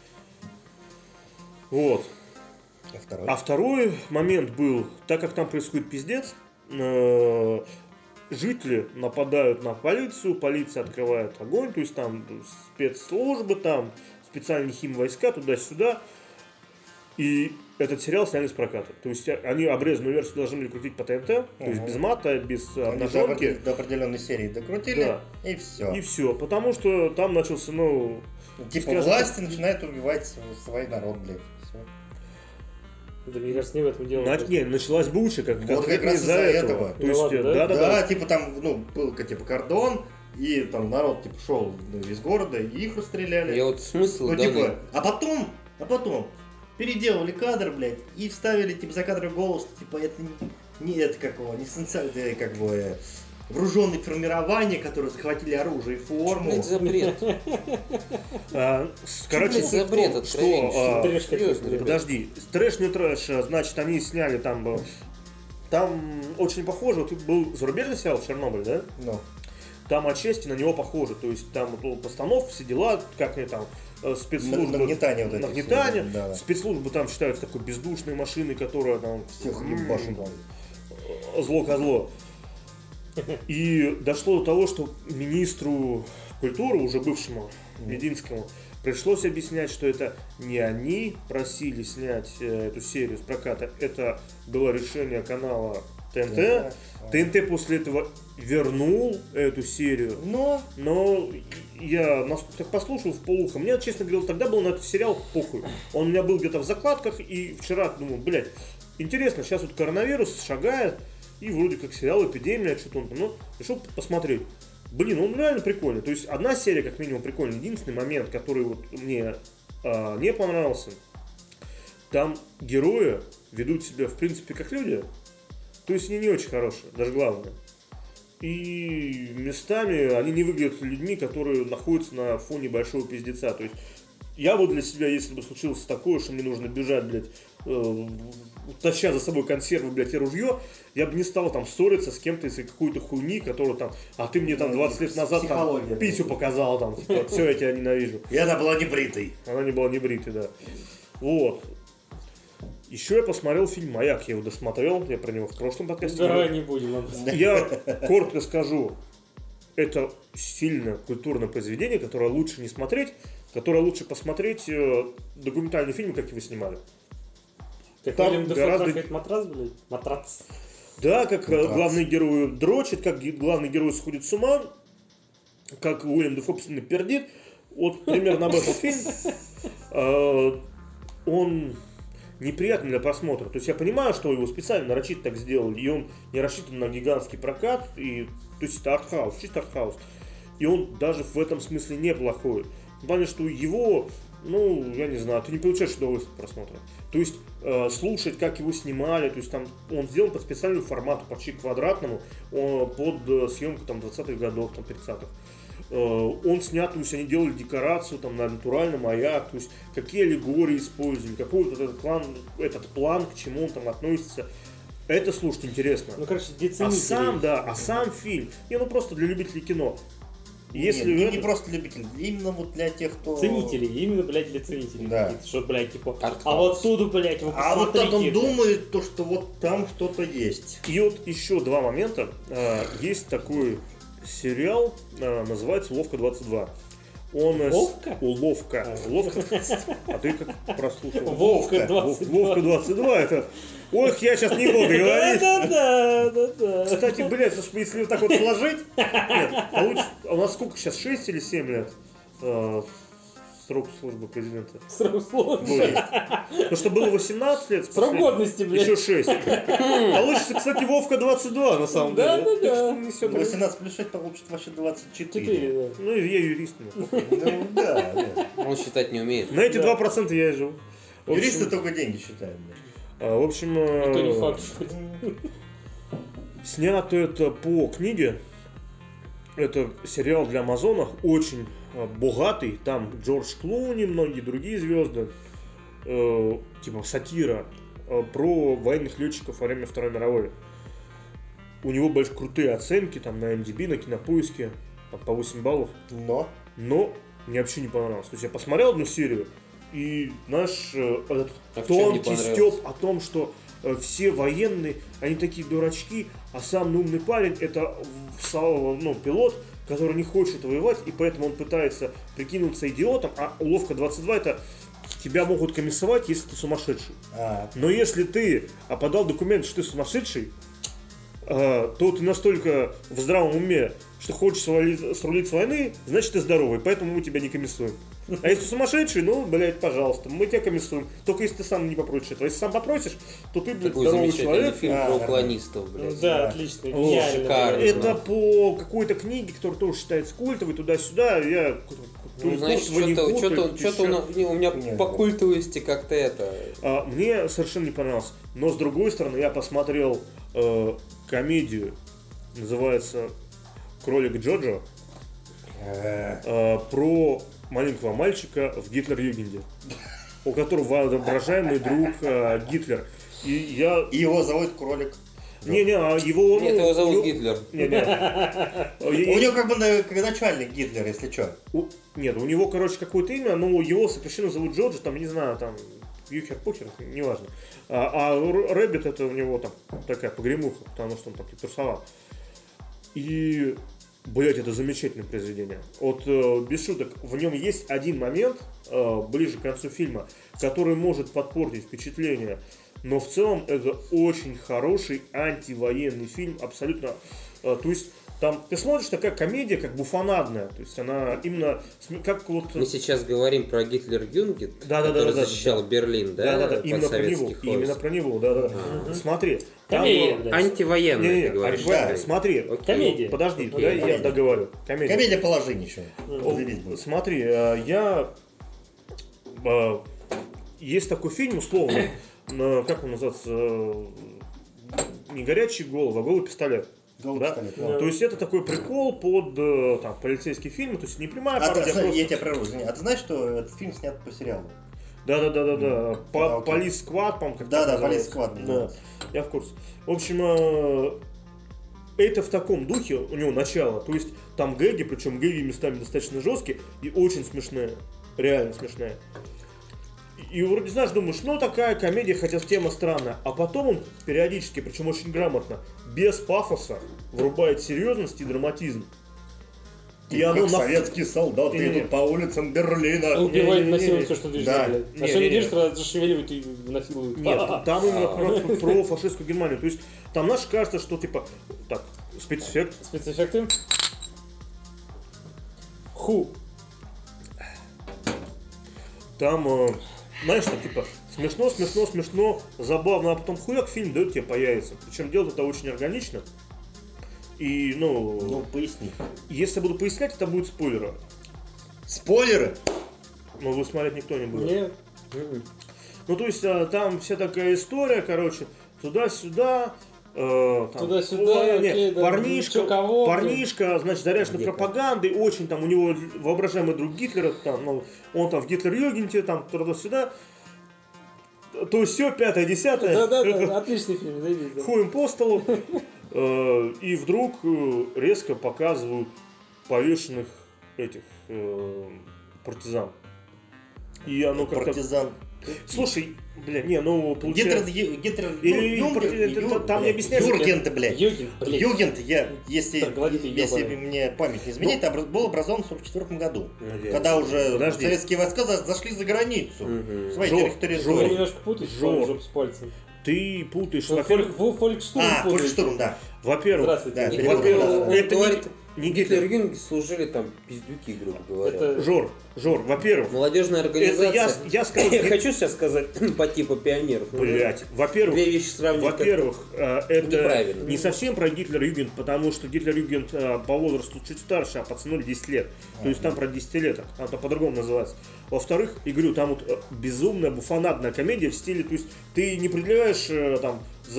Speaker 1: Вот.
Speaker 4: А второй?
Speaker 1: А второй момент был, так как там происходит пиздец, э, жители нападают на полицию, полиция открывает огонь, то есть там спецслужбы, там специальные химвойска, туда-сюда. И этот сериал сняли с проката. То есть они обрезанную версию должны были крутить по ТНТ, то есть
Speaker 4: Ага.
Speaker 1: без мата, без
Speaker 4: Они до,
Speaker 1: обнаженки.
Speaker 4: опре- до определенной серии докрутили,
Speaker 1: Да.
Speaker 4: и все.
Speaker 1: И все. Потому что там начался, ну...
Speaker 4: Типа
Speaker 1: скажем
Speaker 4: власти
Speaker 1: так,
Speaker 4: начинают убивать св- свой народ, блядь. Всё.
Speaker 3: Да, мне кажется, не в этом дело.
Speaker 1: на-
Speaker 3: просто.
Speaker 1: не, началась буча, как
Speaker 4: Вот
Speaker 1: конкретно
Speaker 4: как раз
Speaker 1: из-за
Speaker 4: из-за
Speaker 1: этого.
Speaker 4: этого.
Speaker 1: То
Speaker 3: Ну
Speaker 1: есть,
Speaker 3: ладно, да?
Speaker 1: да, да,
Speaker 4: Да,
Speaker 1: да.
Speaker 4: типа там, ну, был типа кордон, и там народ типа шел из города, и их расстреляли.
Speaker 2: Я вот смысл
Speaker 4: Ну,
Speaker 2: данный-
Speaker 4: типа, а потом, а потом переделали кадр, блядь, и вставили, типа, за кадровый голос, типа, это не, не это какого, не социальное, как бы, э, вооруженные формирования, которые захватили оружие и форму.
Speaker 2: Блядь, за бред.
Speaker 1: А, с- короче,
Speaker 2: блядь, за
Speaker 1: суть в
Speaker 2: бред
Speaker 1: том, что...
Speaker 2: откровеннейший?
Speaker 1: а,
Speaker 3: Трэш
Speaker 2: Серьезно,
Speaker 3: какой-то.
Speaker 2: ребят.
Speaker 1: Подожди, трэш не трэш, а, значит, они сняли там... э, Там очень похоже, вот был зарубежный сериал «Чернобыль», да?
Speaker 4: Ну,
Speaker 1: Там отчасти на него похоже, то есть там вот, постановка, все дела, как они там, э, спецслужбы...
Speaker 4: нагнетание вот это.
Speaker 1: Нагнетание.
Speaker 4: всё, да, да.
Speaker 1: Спецслужбы там считаются такой бездушной машиной, которая там...
Speaker 4: Всех
Speaker 1: м,
Speaker 4: ебашит, да.
Speaker 1: Зло козло. И дошло до того, что министру культуры, уже бывшему, Мединскому, Пришлось объяснять, что это не они просили снять э, эту серию с проката, это было решение канала ТНТ. ТНТ после этого вернул эту серию,
Speaker 4: Но
Speaker 1: но я насколько так послушал в полухо. Мне, честно говоря, тогда был на этот сериал похуй. Он у меня был где-то в закладках, и вчера думал, блядь, интересно, сейчас вот коронавирус шагает, и вроде как сериал «Эпидемия», что-то он там, ну, решил посмотреть. Блин, он реально прикольный. То есть одна серия, как минимум, прикольная. Единственный момент, который вот мне а, не понравился, там герои ведут себя, в принципе, как люди. То есть они не очень хорошие, даже главное. И местами они не выглядят людьми, которые находятся на фоне большого пиздеца. То есть я вот для себя, если бы случилось такое, что мне нужно бежать, блядь, э, таща за собой консервы, блядь, и ружье, я бы не стал там ссориться с кем-то из-за какой-то хуйни, которую там, а ты мне там двадцать лет назад там писю показал, там, типа, все, я тебя ненавижу.
Speaker 4: и она была не бритой.
Speaker 1: Она не была не бритой, да. Вот. Еще я посмотрел фильм «Маяк», я его досмотрел, я про него в прошлом подкасте
Speaker 3: Давай
Speaker 1: говорил.
Speaker 3: не будем. ладно.
Speaker 1: Я коротко скажу, это сильное культурное произведение, которое лучше не смотреть, которое лучше посмотреть э, документальные фильмы, как его снимали.
Speaker 3: Как
Speaker 1: Там
Speaker 3: Уильям Дефо
Speaker 1: гораздо-
Speaker 3: трахает матрас, блядь? Матрац.
Speaker 1: Да, как э,
Speaker 4: Матрас.
Speaker 1: главный герой дрочит, как ге- главный герой сходит с ума, как Уильям Дефо постоянно пердит. Вот примерно об этом фильм. Э, Он неприятный для просмотра. То есть я понимаю, что его специально нарочито так сделали, и он не рассчитан на гигантский прокат, и, то есть это артхаус, чисто артхаус. И он даже в этом смысле неплохой. В плане, что его, ну, я не знаю, ты не получаешь удовольствие от просмотра. То есть э, слушать, как его снимали, то есть там он сделан под специальную формату, почти квадратному, э, под э, съемку там двадцатых годов, там тридцатых. Э, он снят, то есть они делали декорацию там на натуральный маяк, то есть какие аллегории использовали, какой вот этот план, этот план, к чему он там относится. Это слушать интересно.
Speaker 3: Ну, короче, для
Speaker 1: А
Speaker 3: ценителей.
Speaker 1: сам, да, а сам фильм, не, ну просто для любителей кино. Если
Speaker 4: не, не,
Speaker 1: это-
Speaker 4: не просто любитель, именно вот для тех, кто...
Speaker 3: Ценители, именно, блядь, для ценителей.
Speaker 4: Да.
Speaker 3: какие-то, Что, блядь, типа,
Speaker 2: Артхаус.
Speaker 3: а вот тут, блядь, вы
Speaker 4: А вот так он
Speaker 3: посмотрите.
Speaker 4: думает, то, что вот там что-то есть.
Speaker 1: И вот еще два момента. А, Есть такой сериал, а, называется «Уловка двадцать два». Он э, с-
Speaker 3: Вовка?
Speaker 1: Уловка.
Speaker 3: А.
Speaker 1: Уловка. А ты как прослушал?
Speaker 3: Вовка
Speaker 1: Вов-
Speaker 3: двадцать два.
Speaker 1: Вовка двадцать два, это... Ох, я сейчас не буду говорить.
Speaker 3: Да-да-да, да-да.
Speaker 1: Кстати, блядь, слушай, если вот так вот сложить... Нет, получится... А у нас сколько сейчас, шесть или семь лет? э, Срок службы президента.
Speaker 3: Срок службы.
Speaker 1: Будет. Потому что было восемнадцать лет.
Speaker 3: Срок годности, блядь.
Speaker 1: Еще шесть. Получится, кстати, Вовка двадцать два, на самом деле.
Speaker 3: Да-да-да.
Speaker 1: Так что не всё так-
Speaker 4: восемнадцать плюс шесть получит вообще двадцать четыре.
Speaker 3: Четыре, да.
Speaker 1: Ну, и я юрист. мне похуй.
Speaker 4: Ну да, да.
Speaker 2: Он считать не умеет.
Speaker 1: На эти
Speaker 3: Да.
Speaker 1: два процента я и живу. В общем,
Speaker 4: Юристы только деньги считают. блядь.
Speaker 1: а, в общем,
Speaker 3: Это не
Speaker 1: э,
Speaker 3: факт, что...
Speaker 1: снято это по книге. Это сериал для Амазона, очень э, богатый. Там Джордж Клуни, многие другие звезды. Э, типа сатира э, про военных летчиков во время Второй мировой. У него большие крутые оценки там на эм ди би, на Кинопоиске, там, по восемь баллов.
Speaker 4: Но
Speaker 1: Но мне вообще не понравилось. То есть я посмотрел одну серию, и наш э, этот
Speaker 2: А в чем не
Speaker 1: тонкий
Speaker 2: понравилось?
Speaker 1: стёб о том, что э, все военные, они такие дурачки, а самый умный парень это в- са- ну, пилот, который не хочет воевать, и поэтому он пытается прикинуться идиотом, а уловка двадцать два это тебя могут комиссовать, если ты сумасшедший.
Speaker 4: а,
Speaker 1: Но если ты а, подал документ, что ты сумасшедший, э, то ты настолько в здравом уме, что хочешь свалить- срулить с войны, значит ты здоровый, поэтому мы тебя не комиссуем. А если сумасшедший, ну, блядь, пожалуйста, мы тебя комиссуем. Только если ты сам не попросишь этого. Если сам попросишь, то ты, блядь,
Speaker 2: Такой
Speaker 1: здоровый
Speaker 2: замечательный
Speaker 1: человек.
Speaker 2: фильм
Speaker 4: А,
Speaker 2: про
Speaker 4: да.
Speaker 2: уклонистов,
Speaker 3: Ну
Speaker 2: блядь.
Speaker 3: да,
Speaker 4: да.
Speaker 3: отлично,
Speaker 1: О,
Speaker 3: гениально.
Speaker 2: шикарно.
Speaker 3: блядь.
Speaker 1: Это по какой-то книге, которая тоже считается культовой, туда-сюда. Я... то
Speaker 2: Ну,
Speaker 1: ли
Speaker 2: значит,
Speaker 1: культовый, не
Speaker 2: что-то,
Speaker 1: культовый,
Speaker 2: что-то, что-то у,
Speaker 1: еще.
Speaker 2: на- не, у меня
Speaker 4: Нет,
Speaker 2: по
Speaker 4: нет.
Speaker 2: культовости как-то это.
Speaker 1: А, мне совершенно не понравилось. Но с другой стороны, я посмотрел э, комедию, называется «Кролик Джоджо»,
Speaker 4: э,
Speaker 1: э, про маленького мальчика в Гитлер-Югенде, у которого воображаемый друг э, Гитлер. И я...
Speaker 4: и его зовут Кролик.
Speaker 1: Не-не, а его...
Speaker 2: Нет,
Speaker 1: ну,
Speaker 2: его зовут
Speaker 1: его-
Speaker 2: Гитлер.
Speaker 1: Не-не.
Speaker 4: У него как бы на- как начальник Гитлер, если что.
Speaker 1: У- Нет, у него, короче, какое-то имя, но его сокращенно зовут Джордж, там, не знаю, там, Юхер-Пухер, неважно. А, а Р- Рэббит это у него там такая погремуха, потому что он там типа трусоват. И Блять, это замечательное произведение. Вот э, без шуток, в нем есть один момент, э, ближе к концу фильма, который может подпортить впечатление. Но в целом это очень хороший антивоенный фильм, абсолютно. Э, то есть там ты смотришь, такая комедия, как буфонадная. То есть она именно как вот.
Speaker 2: Мы сейчас говорим про Гитлер-Юнгент,
Speaker 1: да, да,
Speaker 2: который
Speaker 1: да, да,
Speaker 2: защищал
Speaker 1: да.
Speaker 2: Берлин, да?
Speaker 1: Да, да, да,
Speaker 2: под
Speaker 1: именно про него.
Speaker 2: советских войск.
Speaker 1: Именно про него, да, да.
Speaker 2: А.
Speaker 1: Смотри. Там,
Speaker 3: Комедия,
Speaker 1: э,
Speaker 3: блядь.
Speaker 2: Антивоенная,
Speaker 1: не, не,
Speaker 2: ты говоришь.
Speaker 1: антивоенная.
Speaker 2: да?
Speaker 1: Смотри,
Speaker 2: Окей.
Speaker 3: Комедия.
Speaker 1: подожди,
Speaker 3: Окей.
Speaker 1: да, я
Speaker 4: Комедия.
Speaker 1: договорю. Комедия.
Speaker 4: Комедия положи ничего.
Speaker 1: О,
Speaker 4: Завис будет.
Speaker 1: Смотри, э, я... э, Есть такой фильм, условно, э, как он называется, э, не горячий головы, а голый пистолет.
Speaker 4: Голый
Speaker 1: Да?
Speaker 4: пистолет,
Speaker 3: Да.
Speaker 1: То есть это такой прикол под э, там, полицейский фильм, то есть не прямая
Speaker 4: А, ты,
Speaker 1: пародия, а
Speaker 4: смотри, я
Speaker 1: просто...
Speaker 4: тебя прерву, извини. А ты знаешь, что этот фильм снят по сериалу?
Speaker 1: Да-да-да-да-да.
Speaker 4: А,
Speaker 1: По-
Speaker 4: окей.
Speaker 1: Полис Сквад, по-моему, как
Speaker 4: Да,
Speaker 1: так
Speaker 4: да, Полис
Speaker 1: называется.
Speaker 4: Сквад
Speaker 1: Да,
Speaker 4: называется.
Speaker 1: я в курсе. В общем, э, это в таком духе у него начало. То есть там гэги, причем гэги местами достаточно жесткие и очень смешные. Реально смешные. И, и вроде, знаешь, думаешь, ну такая комедия, хотя тема странная. А потом он периодически, причем очень грамотно, без пафоса, врубает серьезность и драматизм. И
Speaker 4: Как
Speaker 1: оно на-
Speaker 4: советские солдаты
Speaker 1: Не-не-не.
Speaker 4: идут по улицам Берлина.
Speaker 3: Убивает,
Speaker 1: Не-не-не-не.
Speaker 3: насилует все, что движется,
Speaker 4: Да.
Speaker 3: блядь. А
Speaker 1: Не-не-не.
Speaker 3: что не движется, зашевеливают и насилуют.
Speaker 1: Нет, там именно
Speaker 2: А.
Speaker 1: про, про фашистскую Германию. То есть там, знаешь, кажется, что типа, так, спецэффект.
Speaker 3: Спецэффекты. Ху.
Speaker 1: Там, э, знаешь, там типа смешно, смешно, смешно, забавно, а потом хуяк фильм дает тебе появится. Причем делать это очень органично. И, ну,
Speaker 4: Ну, поясни.
Speaker 1: если я буду пояснять, это будет спойлеры.
Speaker 4: Спойлеры?
Speaker 1: Но вы смотреть никто не будет.
Speaker 3: Нет.
Speaker 2: Мгм.
Speaker 1: Ну, то есть э, там вся такая история, короче, туда-сюда. э, там,
Speaker 3: Туда-сюда,
Speaker 1: ой, нет,
Speaker 3: окей, да,
Speaker 1: парнишка,
Speaker 3: чё, кого,
Speaker 1: парнишка, значит, заряженный
Speaker 2: Где-то.
Speaker 1: пропагандой, очень там, у него воображаемый друг Гитлера, там, ну, он там в Гитлер-Югенте, там, туда-сюда. То все, пятое, десятое.
Speaker 3: Да-да-да, отличный фильм, заебись. да.
Speaker 1: Хуем по столу. Э, И вдруг э, резко показывают повешенных этих э, партизан. И оно как-то...
Speaker 4: Партизан.
Speaker 1: Слушай, бля, не, ну
Speaker 4: Гитлер,
Speaker 1: получается...
Speaker 4: Гитлер,
Speaker 1: Или-
Speaker 4: Юнгент,
Speaker 1: или это-
Speaker 4: Юнгент,
Speaker 1: там не
Speaker 4: блядь.
Speaker 1: объясняется,
Speaker 4: Юргент, блядь.
Speaker 3: Югент, блядь.
Speaker 4: Югент, я, если,
Speaker 3: Троглодиты
Speaker 4: если
Speaker 3: ёбаные.
Speaker 4: мне память не изменяет, обра- был образован в сорок четвёртом году.
Speaker 1: Надеюсь.
Speaker 4: Когда уже
Speaker 1: Подожди.
Speaker 4: советские войска за- зашли за границу.
Speaker 2: Мгм.
Speaker 4: Свои
Speaker 1: Жор,
Speaker 4: территории.
Speaker 1: Жор.
Speaker 3: Вы немножко путаете
Speaker 1: Жор.
Speaker 3: жоп с пальцем.
Speaker 1: Ты путаешь,
Speaker 3: Вы
Speaker 1: во-первых,
Speaker 3: фоль- вы Фолькштурм
Speaker 4: А,
Speaker 3: путаете.
Speaker 4: Фолькштурм, да.
Speaker 1: во-первых,
Speaker 3: Здравствуйте.
Speaker 4: Да,
Speaker 3: Не-
Speaker 4: перевод,
Speaker 1: во-первых,
Speaker 4: да, да, да.
Speaker 1: это
Speaker 2: Говорит,
Speaker 1: не, не Гитлер.
Speaker 2: Гитлер-Юнги служили там пиздюки, грубо говоря.
Speaker 3: Это-
Speaker 1: Жор, Жор, во-первых,
Speaker 2: Молодежная
Speaker 1: это
Speaker 2: организация.
Speaker 1: я, я скажу,
Speaker 2: Я хочу сейчас сказать по типу пионеров. но
Speaker 1: блять, во-первых,
Speaker 2: Две вещи сравнить. как-
Speaker 1: Во-первых, э, это
Speaker 2: неправильно.
Speaker 1: не совсем про Гитлер-Югент, потому что Гитлер-Югент э, по возрасту чуть старше, а пацану десять лет. То есть там про десятилеток, а то по-другому называется. Во-вторых, и говорю, там вот э, безумная буфонадная комедия в стиле, то есть ты не предъявляешь э, там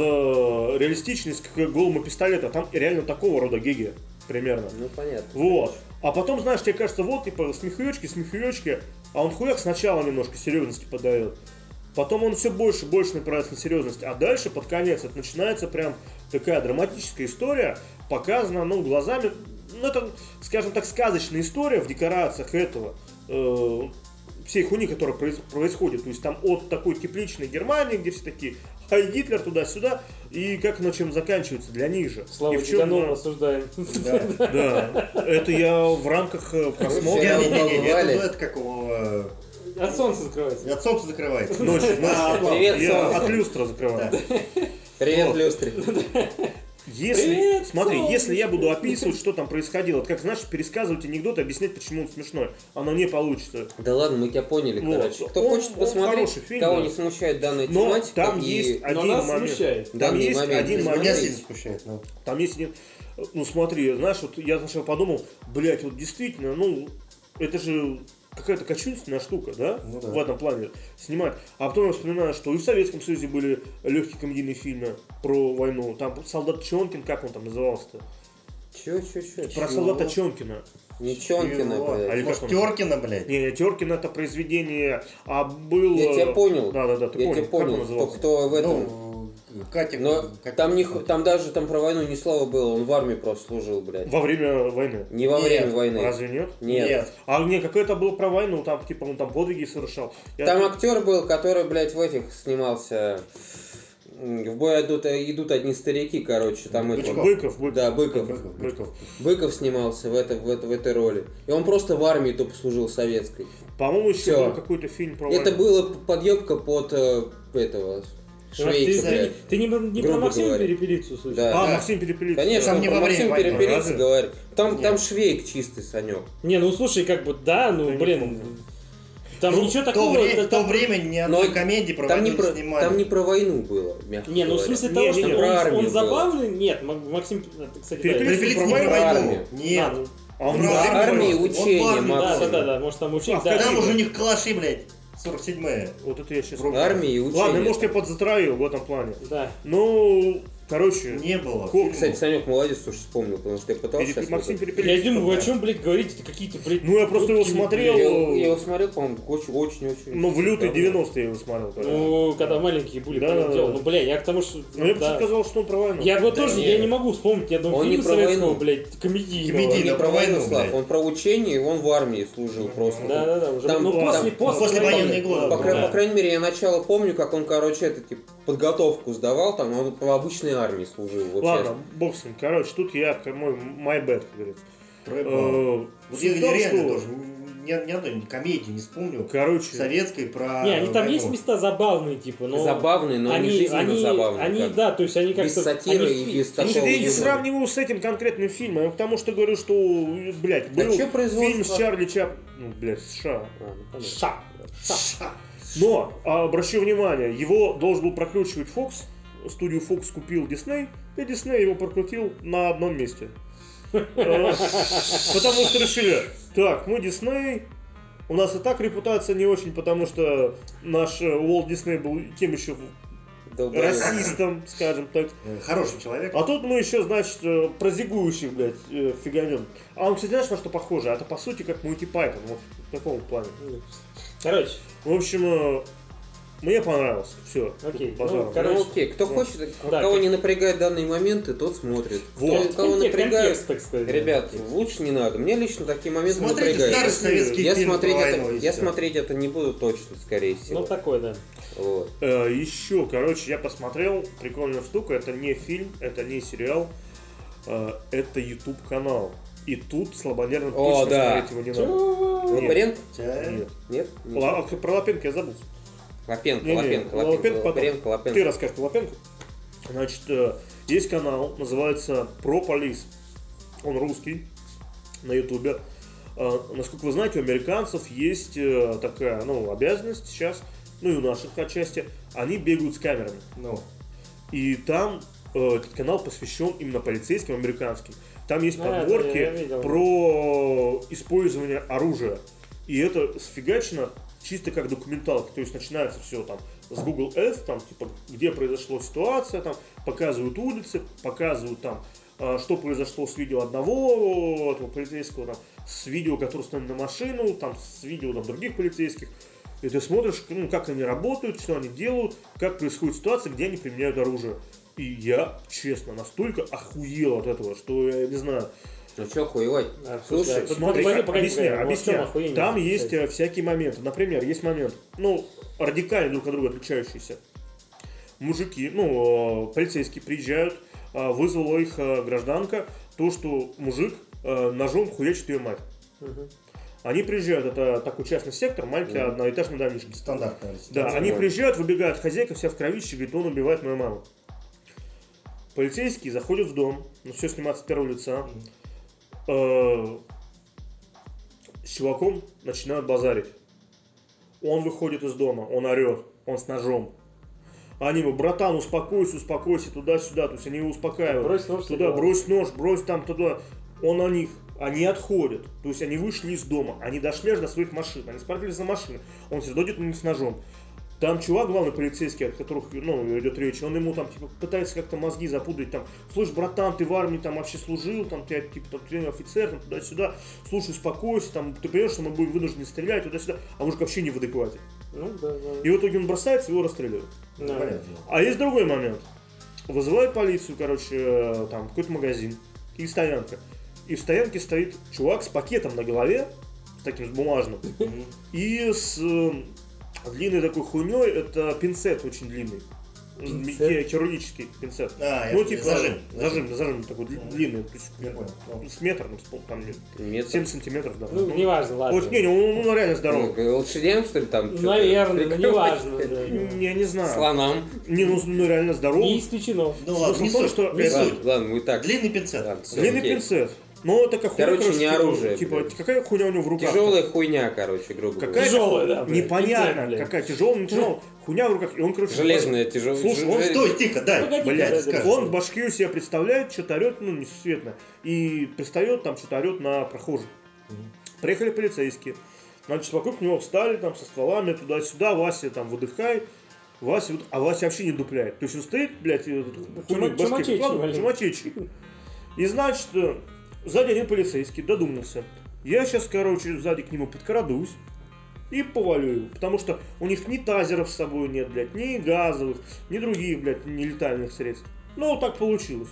Speaker 1: за реалистичность к голому пистолету, а там реально такого рода геги примерно.
Speaker 2: Ну, понятно.
Speaker 1: Вот. А потом, знаешь, тебе кажется, вот, типа, смехуёчки, смехуёчки, а он хуяк сначала немножко серьезности подает. Потом он все больше и больше набирается на серьезность. А дальше, под конец, это начинается прям такая драматическая история, показана, ну, глазами, ну, это, скажем так, сказочная история в декорациях этого, э, всей хуйни, которая произ- происходит. То есть там от такой тепличной Германии, где все такие, хай Гитлер, туда-сюда, и как оно чем заканчивается для них же.
Speaker 3: Слава
Speaker 1: И в чем,
Speaker 3: Деганову
Speaker 1: да,
Speaker 3: осуждаем.
Speaker 1: да, это я в рамках э, просмотра.
Speaker 4: Не-не-не,
Speaker 2: Побывали.
Speaker 4: это дуэт какого...
Speaker 3: От солнца закрывается.
Speaker 4: От солнца закрывается.
Speaker 1: Ночью, ночью.
Speaker 2: Привет,
Speaker 1: Я
Speaker 2: солнце.
Speaker 1: от люстра закрываю.
Speaker 2: Привет,
Speaker 1: Вот.
Speaker 2: люстре.
Speaker 1: Если,
Speaker 3: Привет,
Speaker 1: смотри,
Speaker 3: солнце.
Speaker 1: если я буду описывать, что там происходило, это как, знаешь, пересказывать анекдот, объяснять, почему он смешной. Оно не получится.
Speaker 2: Да ладно, мы тебя поняли,
Speaker 1: Вот.
Speaker 2: короче. Кто
Speaker 1: Он-
Speaker 2: хочет
Speaker 1: он
Speaker 2: посмотреть,
Speaker 1: хороший фильм,
Speaker 2: кого
Speaker 1: да.
Speaker 2: не смущает данная
Speaker 1: Но
Speaker 2: тематика.
Speaker 1: там
Speaker 2: и-
Speaker 1: есть
Speaker 3: Но
Speaker 1: один
Speaker 3: нас
Speaker 1: момент.
Speaker 3: смущает.
Speaker 1: Там
Speaker 2: Данный
Speaker 1: есть
Speaker 2: момент.
Speaker 1: один
Speaker 2: Меня
Speaker 4: Меня
Speaker 1: момент.
Speaker 4: сильно смущает, но...
Speaker 1: Там есть один. Ну смотри, знаешь, вот я сначала подумал, блять, вот действительно, ну, это же какая-то кощунственная штука, да?
Speaker 4: Ну да.
Speaker 1: В этом плане снимать. А потом я вспоминаю, что и в Советском Союзе были легкие комедийные фильмы про войну. Там солдат Чонкин, как он там назывался-то?
Speaker 2: Чё, чё, чё?
Speaker 1: Про
Speaker 2: чё?
Speaker 1: солдата Чонкина.
Speaker 2: Не Чонкина,
Speaker 4: Его.
Speaker 2: блядь.
Speaker 1: А или
Speaker 4: Может,
Speaker 1: как он?
Speaker 4: Теркина, блядь?
Speaker 1: Не, не, Теркин это произведение, а был...
Speaker 2: Я тебя понял.
Speaker 1: Да, да, да, ты
Speaker 2: Я
Speaker 1: понял,
Speaker 2: тебя
Speaker 1: как он
Speaker 2: понял, кто,
Speaker 1: назывался?
Speaker 2: кто в этом.
Speaker 4: Ну, Катя...
Speaker 2: Но
Speaker 4: Катя-
Speaker 2: там, не, х- там даже там про войну ни слова было, он в армии просто служил, блядь.
Speaker 1: Во время войны.
Speaker 2: Не во
Speaker 4: Нет,
Speaker 2: время войны.
Speaker 1: Разве нет?
Speaker 2: Нет.
Speaker 4: Нет.
Speaker 1: А не, какое-то было про войну, там, типа, он там подвиги совершал. Я
Speaker 2: Там
Speaker 1: тут-
Speaker 2: актер был, который, блядь, в этих снимался. В бой идут, идут одни старики, короче, там это...
Speaker 4: Бычков.
Speaker 1: Быков, Быков.
Speaker 2: Да, Быков.
Speaker 4: Быков.
Speaker 1: Быков.
Speaker 2: Быков снимался в, это, в, это, в этой роли. И он просто в армии тупо служил советской.
Speaker 1: По-моему, еще
Speaker 2: Всё.
Speaker 1: был какой-то фильм про
Speaker 2: Это
Speaker 1: войну.
Speaker 2: было подъебка под э, этого Швейка,
Speaker 3: Ты, ты,
Speaker 2: блядь.
Speaker 3: ты не, не про
Speaker 2: Грубо
Speaker 3: Максима
Speaker 2: говоря.
Speaker 3: Перепелицу слышишь?
Speaker 2: Да.
Speaker 1: А,
Speaker 4: Да.
Speaker 1: Максим Перепелица.
Speaker 2: Конечно,
Speaker 4: Там
Speaker 2: он
Speaker 4: не
Speaker 2: про
Speaker 4: во время
Speaker 2: Максим
Speaker 4: войны,
Speaker 2: Перепелица
Speaker 1: разве?
Speaker 2: говорит. Там,
Speaker 4: Нет.
Speaker 2: там Швейк чистый, Санек.
Speaker 3: Не, ну слушай, как бы, да, ну,
Speaker 1: Я не
Speaker 3: блин,
Speaker 1: помню.
Speaker 3: там
Speaker 4: Ну,
Speaker 3: ничего
Speaker 4: в то,
Speaker 3: такого.
Speaker 4: вре-
Speaker 3: это
Speaker 4: в то
Speaker 3: там-
Speaker 4: время ни
Speaker 2: Но
Speaker 4: одной комедии про
Speaker 2: Там
Speaker 4: войну
Speaker 2: не, про,
Speaker 4: снимали.
Speaker 2: там не про войну было, мягко
Speaker 3: Не, ну в
Speaker 2: говоря.
Speaker 3: смысле
Speaker 1: Не,
Speaker 3: того,
Speaker 1: не,
Speaker 3: что
Speaker 1: не,
Speaker 3: он,
Speaker 2: про
Speaker 3: он
Speaker 2: армию было.
Speaker 3: забавный, нет, М- Максим, это, кстати, да,
Speaker 1: Перепелица
Speaker 3: это-
Speaker 4: Перепелица
Speaker 1: про
Speaker 4: не про
Speaker 1: войну?
Speaker 4: войну.
Speaker 2: Армию.
Speaker 4: Нет.
Speaker 3: А, ну,
Speaker 1: А он
Speaker 4: Про
Speaker 1: был
Speaker 4: армию.
Speaker 2: армии,
Speaker 4: Он в
Speaker 2: учения,
Speaker 4: армии,
Speaker 3: да, да,
Speaker 2: Максим.
Speaker 3: да, да, может там учить,
Speaker 1: А,
Speaker 3: да.
Speaker 4: Там
Speaker 1: Какие?
Speaker 4: уже у них калаши, блядь, сорок седьмые.
Speaker 1: Вот это я сейчас...
Speaker 4: В
Speaker 2: Армии и учения.
Speaker 1: Ладно, может, я подзатроил в этом плане.
Speaker 3: Да.
Speaker 1: Ну, короче...
Speaker 4: Не было.
Speaker 1: Ко-
Speaker 2: Кстати, Санек молодец, что вспомнил, потому что я пытался
Speaker 1: Переп-
Speaker 2: сейчас...
Speaker 1: Максим
Speaker 2: вот это-
Speaker 1: Перепелица.
Speaker 3: Я думаю, вы о
Speaker 4: да.
Speaker 3: чем, блядь, говорите? Это какие-то, блядь...
Speaker 1: Ну, я просто его
Speaker 3: жуткие,
Speaker 1: смотрел.
Speaker 3: блядь.
Speaker 2: Я, я его смотрел, по-моему, очень-очень-очень...
Speaker 1: Ну, в лютые
Speaker 2: давно.
Speaker 1: девяностые я его смотрел. когда.
Speaker 3: Ну, когда маленькие были,
Speaker 1: Да,
Speaker 3: когда
Speaker 1: да,
Speaker 3: делал.
Speaker 1: да.
Speaker 3: Ну, бля, я к тому, что...
Speaker 1: Ну, я
Speaker 3: да.
Speaker 1: просто сказал, что он про войну.
Speaker 3: Я вот
Speaker 2: Да
Speaker 3: тоже,
Speaker 2: не.
Speaker 3: я не могу вспомнить ни одного
Speaker 2: Он не
Speaker 3: фильма
Speaker 2: про
Speaker 3: советского,
Speaker 2: войну.
Speaker 3: блядь, комедийного.
Speaker 4: Комедийного.
Speaker 2: Он не
Speaker 4: про
Speaker 2: про войну,
Speaker 4: войну,
Speaker 2: Слав,
Speaker 4: блядь.
Speaker 2: он про учение, и он в армии служил просто.
Speaker 3: Да, да, да, уже.
Speaker 2: Там-
Speaker 3: ну,
Speaker 2: там-
Speaker 3: после,
Speaker 2: ну,
Speaker 3: после,
Speaker 4: после военные
Speaker 3: да,
Speaker 4: годы,
Speaker 2: По,
Speaker 3: да.
Speaker 2: кра- по крайней мере, я начало помню, как он, короче, это, типа, подготовку сдавал, там, он по обычной армии служил. Вот
Speaker 1: Ладно, бог с ним. Короче, тут я, как мой my bad, как говорится.
Speaker 4: Проебал.
Speaker 1: Э,
Speaker 4: Вот
Speaker 1: суть
Speaker 4: я
Speaker 1: в том,
Speaker 4: реально
Speaker 1: что-
Speaker 4: тоже ни, ни одной комедии не вспомню.
Speaker 1: Короче,
Speaker 4: Советской про
Speaker 3: Не, они там
Speaker 4: войну.
Speaker 3: есть места забавные, типа, но...
Speaker 2: Забавные, но
Speaker 3: они,
Speaker 2: не жизненно
Speaker 3: они,
Speaker 2: забавные.
Speaker 3: они,
Speaker 2: как.
Speaker 3: да, то есть они как-то...
Speaker 2: Без сатиры
Speaker 3: они
Speaker 2: и
Speaker 3: фи-
Speaker 2: без
Speaker 3: они-
Speaker 2: такого
Speaker 1: Слушай, я не
Speaker 2: юмора.
Speaker 1: сравниваю с этим конкретным фильмом, я потому что говорю, что, блядь,
Speaker 2: Так
Speaker 1: был
Speaker 2: чё производство?
Speaker 1: фильм с Чарли Чап... Ну, блядь, США.
Speaker 2: А, ну, понятно.
Speaker 3: Ша.
Speaker 4: Ша.
Speaker 1: Но, а, обращу внимание, его должен был прокручивать Fox, студию Fox купил Disney, и Disney его прокрутил на одном месте. Э, Потому что решили, так, мы Disney, у нас и так репутация не очень, потому что наш э, Уолт Дисней был кем еще?
Speaker 2: Долбоёб.
Speaker 1: Расистом, скажем так.
Speaker 4: Э, Хороший человек.
Speaker 1: А тут мы еще, значит, э, про зигующих, блядь, э, фиганем. А он, кстати, знаешь, на что похоже? Это, по сути, как Монти Пайтон, вот в таком плане.
Speaker 3: Короче,
Speaker 1: В общем, э, мне понравилось. Все.
Speaker 3: Окей,
Speaker 2: Ну,
Speaker 3: Короче,
Speaker 2: окей, кто
Speaker 1: да.
Speaker 2: хочет,
Speaker 3: Да,
Speaker 2: кого
Speaker 3: как-
Speaker 2: не напрягает данные моменты, тот смотрит.
Speaker 1: Вот.
Speaker 2: Кто- Кого
Speaker 3: контекст,
Speaker 2: напрягает,
Speaker 3: контекст, так сказать.
Speaker 2: ребят, лучше не надо. Мне лично такие моменты
Speaker 4: Смотрите
Speaker 2: напрягают.
Speaker 4: старый советский
Speaker 2: Я
Speaker 4: фильм
Speaker 2: смотреть,
Speaker 4: про
Speaker 2: это,
Speaker 4: войну, и
Speaker 2: я
Speaker 4: всё.
Speaker 2: смотреть это не буду точно, скорее всего.
Speaker 3: Ну, такой, да.
Speaker 2: Вот.
Speaker 1: Э, еще, короче, я посмотрел, прикольная штука, это не фильм, это не сериал, э, это YouTube канал. И тут слабонервно
Speaker 2: О,
Speaker 1: точно
Speaker 2: да.
Speaker 1: смотреть его не надо. Нет.
Speaker 2: Лапаренко?
Speaker 4: Тя-
Speaker 1: Нет.
Speaker 2: Нет?
Speaker 1: Ла- а, Про Лапенко я забыл.
Speaker 2: Лапенко,
Speaker 1: Не-не,
Speaker 2: Лапенко,
Speaker 1: Лапенко
Speaker 2: Лапенко,
Speaker 1: потом.
Speaker 2: Лапенко, Лапенко.
Speaker 1: Ты расскажешь про Лапенко. Значит, э, есть канал, называется Pro Police. Он русский, на ютубе. Э, Насколько вы знаете, у американцев есть э, такая, ну, обязанность сейчас, ну и у наших отчасти, они бегают с камерами.
Speaker 4: Ну,
Speaker 1: И там э, этот канал посвящен именно полицейским американским. Там есть
Speaker 3: А,
Speaker 1: подборки
Speaker 3: я видел.
Speaker 1: про использование оружия. И это сфигачено чисто как документалка. То есть начинается все там с Google Earth, там типа где произошла ситуация, там показывают улицы, показывают там э, что произошло с видео одного этого полицейского, там, с видео, который установлен на машину, там, с видео там, других полицейских. И ты смотришь, ну, как они работают, что они делают, как происходит ситуация, где они применяют оружие. И я, честно, настолько охуел от этого, что я не знаю.
Speaker 2: Ну что охуевать?
Speaker 3: А,
Speaker 2: Слушай,
Speaker 3: слушай,
Speaker 1: Смотри,
Speaker 3: погоди,
Speaker 1: как-
Speaker 3: погоди,
Speaker 1: объясняю,
Speaker 3: погоди, ну, в чем
Speaker 1: объясняю.
Speaker 3: охуение,
Speaker 1: Там
Speaker 3: кстати?
Speaker 1: есть э, всякие моменты. Например, есть момент, ну, радикально друг от друга отличающиеся. Мужики, ну, э, полицейские приезжают, э, вызвала их э, гражданка, то, что мужик э, ножом хуячит ее мать.
Speaker 3: Мгм.
Speaker 1: Они приезжают, это такой частный сектор, маленький
Speaker 2: Мгм.
Speaker 1: одноэтажный домишко.
Speaker 4: стандартная
Speaker 1: Да,
Speaker 4: ситуация.
Speaker 1: они
Speaker 2: нормально.
Speaker 1: приезжают, выбегает хозяйка, вся в кровище, говорит, он убивает мою маму. Полицейские заходят в дом, ну все снимается с первого лица. Э, С чуваком начинают базарить. Он выходит из дома, он орет, он с ножом. Они ему, братан, успокойся, успокойся, туда-сюда. То есть они его успокаивают.
Speaker 3: Брось нож,
Speaker 1: Туда,
Speaker 3: туда.
Speaker 1: брось нож, брось там, туда. Он на них. Они отходят. То есть они вышли из дома. Они дошли аж до своих машин. Они спрятались за машины. Он все равно идет на них с ножом. Там чувак, главный полицейский, от которых, ну, идет речь, он ему там, типа, пытается как-то мозги запудрить, там, слушай, братан, ты в армии там вообще служил, там, ты, типа, там, ты офицер, там, туда-сюда, слушай, успокойся, там, ты понимаешь, что мы будем вынуждены стрелять, туда-сюда, а мужик вообще не в адеквате.
Speaker 3: Ну, да, да.
Speaker 1: И в итоге он бросается, его расстреливают.
Speaker 4: Ну,
Speaker 3: Да.
Speaker 4: понятно.
Speaker 1: А есть другой момент. Вызывают полицию, короче, э, там, какой-то магазин и стоянка. И в стоянке стоит чувак с пакетом на голове, с таким, с бумажным,
Speaker 4: Мгм.
Speaker 1: и с э, длинной такой хуйней, это пинцет очень длинный.
Speaker 3: Пинцет?
Speaker 1: хи- хирургический пинцет.
Speaker 4: А,
Speaker 1: Ну,
Speaker 4: это
Speaker 1: типа,
Speaker 4: зажим.
Speaker 1: зажим, зажим такой дли- длинный, то есть,
Speaker 4: Я понял.
Speaker 1: с метр, ну, с пол- там,
Speaker 2: Метр.
Speaker 1: семь сантиметров, да.
Speaker 3: Ну, неважно, ладно.
Speaker 1: Очень, не, не, он, он реально здоровый.
Speaker 2: Ну, лошадям, что ли, там? что-то
Speaker 3: Наверное, ну,
Speaker 2: прикрывать?
Speaker 3: неважно. да, да.
Speaker 1: Я не знаю.
Speaker 2: Слонам.
Speaker 1: Не, ну, ну реально
Speaker 3: Не
Speaker 1: здоровый.
Speaker 3: исключено.
Speaker 4: Ну ладно,
Speaker 1: Смысл
Speaker 4: не
Speaker 1: в том,
Speaker 4: суть.
Speaker 1: что
Speaker 4: Не
Speaker 1: это-
Speaker 4: суть.
Speaker 2: Ладно, ладно, мы так.
Speaker 4: Длинный пинцет.
Speaker 2: Ладно, всё,
Speaker 1: Длинный
Speaker 2: окей.
Speaker 1: пинцет. Но такая хуйня,
Speaker 2: Короче, не
Speaker 1: типа,
Speaker 2: оружие,
Speaker 1: Типа,
Speaker 2: блядь.
Speaker 1: какая хуйня у него в руках?
Speaker 2: Тяжелая хуйня, короче, грубо
Speaker 1: Какая
Speaker 2: говоря.
Speaker 3: Тяжелая, да, блядь.
Speaker 1: Непонятно,
Speaker 3: Пинцет, блядь.
Speaker 1: какая тяжелая, не тяжелая. Хуйня в руках. И он, короче,
Speaker 2: Железная, тяжелая.
Speaker 1: Слушай, он
Speaker 4: Стой, тихо, дай.
Speaker 3: Погоди,
Speaker 1: Блядь,
Speaker 3: да, да, да.
Speaker 1: он в башке у себя представляет, что-то орет, ну, несусветно. И пристает, там, что-то орет на прохожих. Приехали полицейские. Значит, вокруг него встали, там, со стволами, туда-сюда. Вася, там, выдыхает. Вася, вот- а Вася вообще не дупляет. То есть он стоит, блядь, и вот этот хуйню в башке
Speaker 3: чумачечий,
Speaker 1: прикладывает,
Speaker 3: блин.
Speaker 1: чумачечий. И, значит, э, сзади один полицейский додумался. Я сейчас, короче, сзади к нему подкрадусь и повалю его. Потому что у них ни тазеров с собой нет, блядь, ни газовых, ни других, блядь, нелетальных средств. Ну, вот так получилось.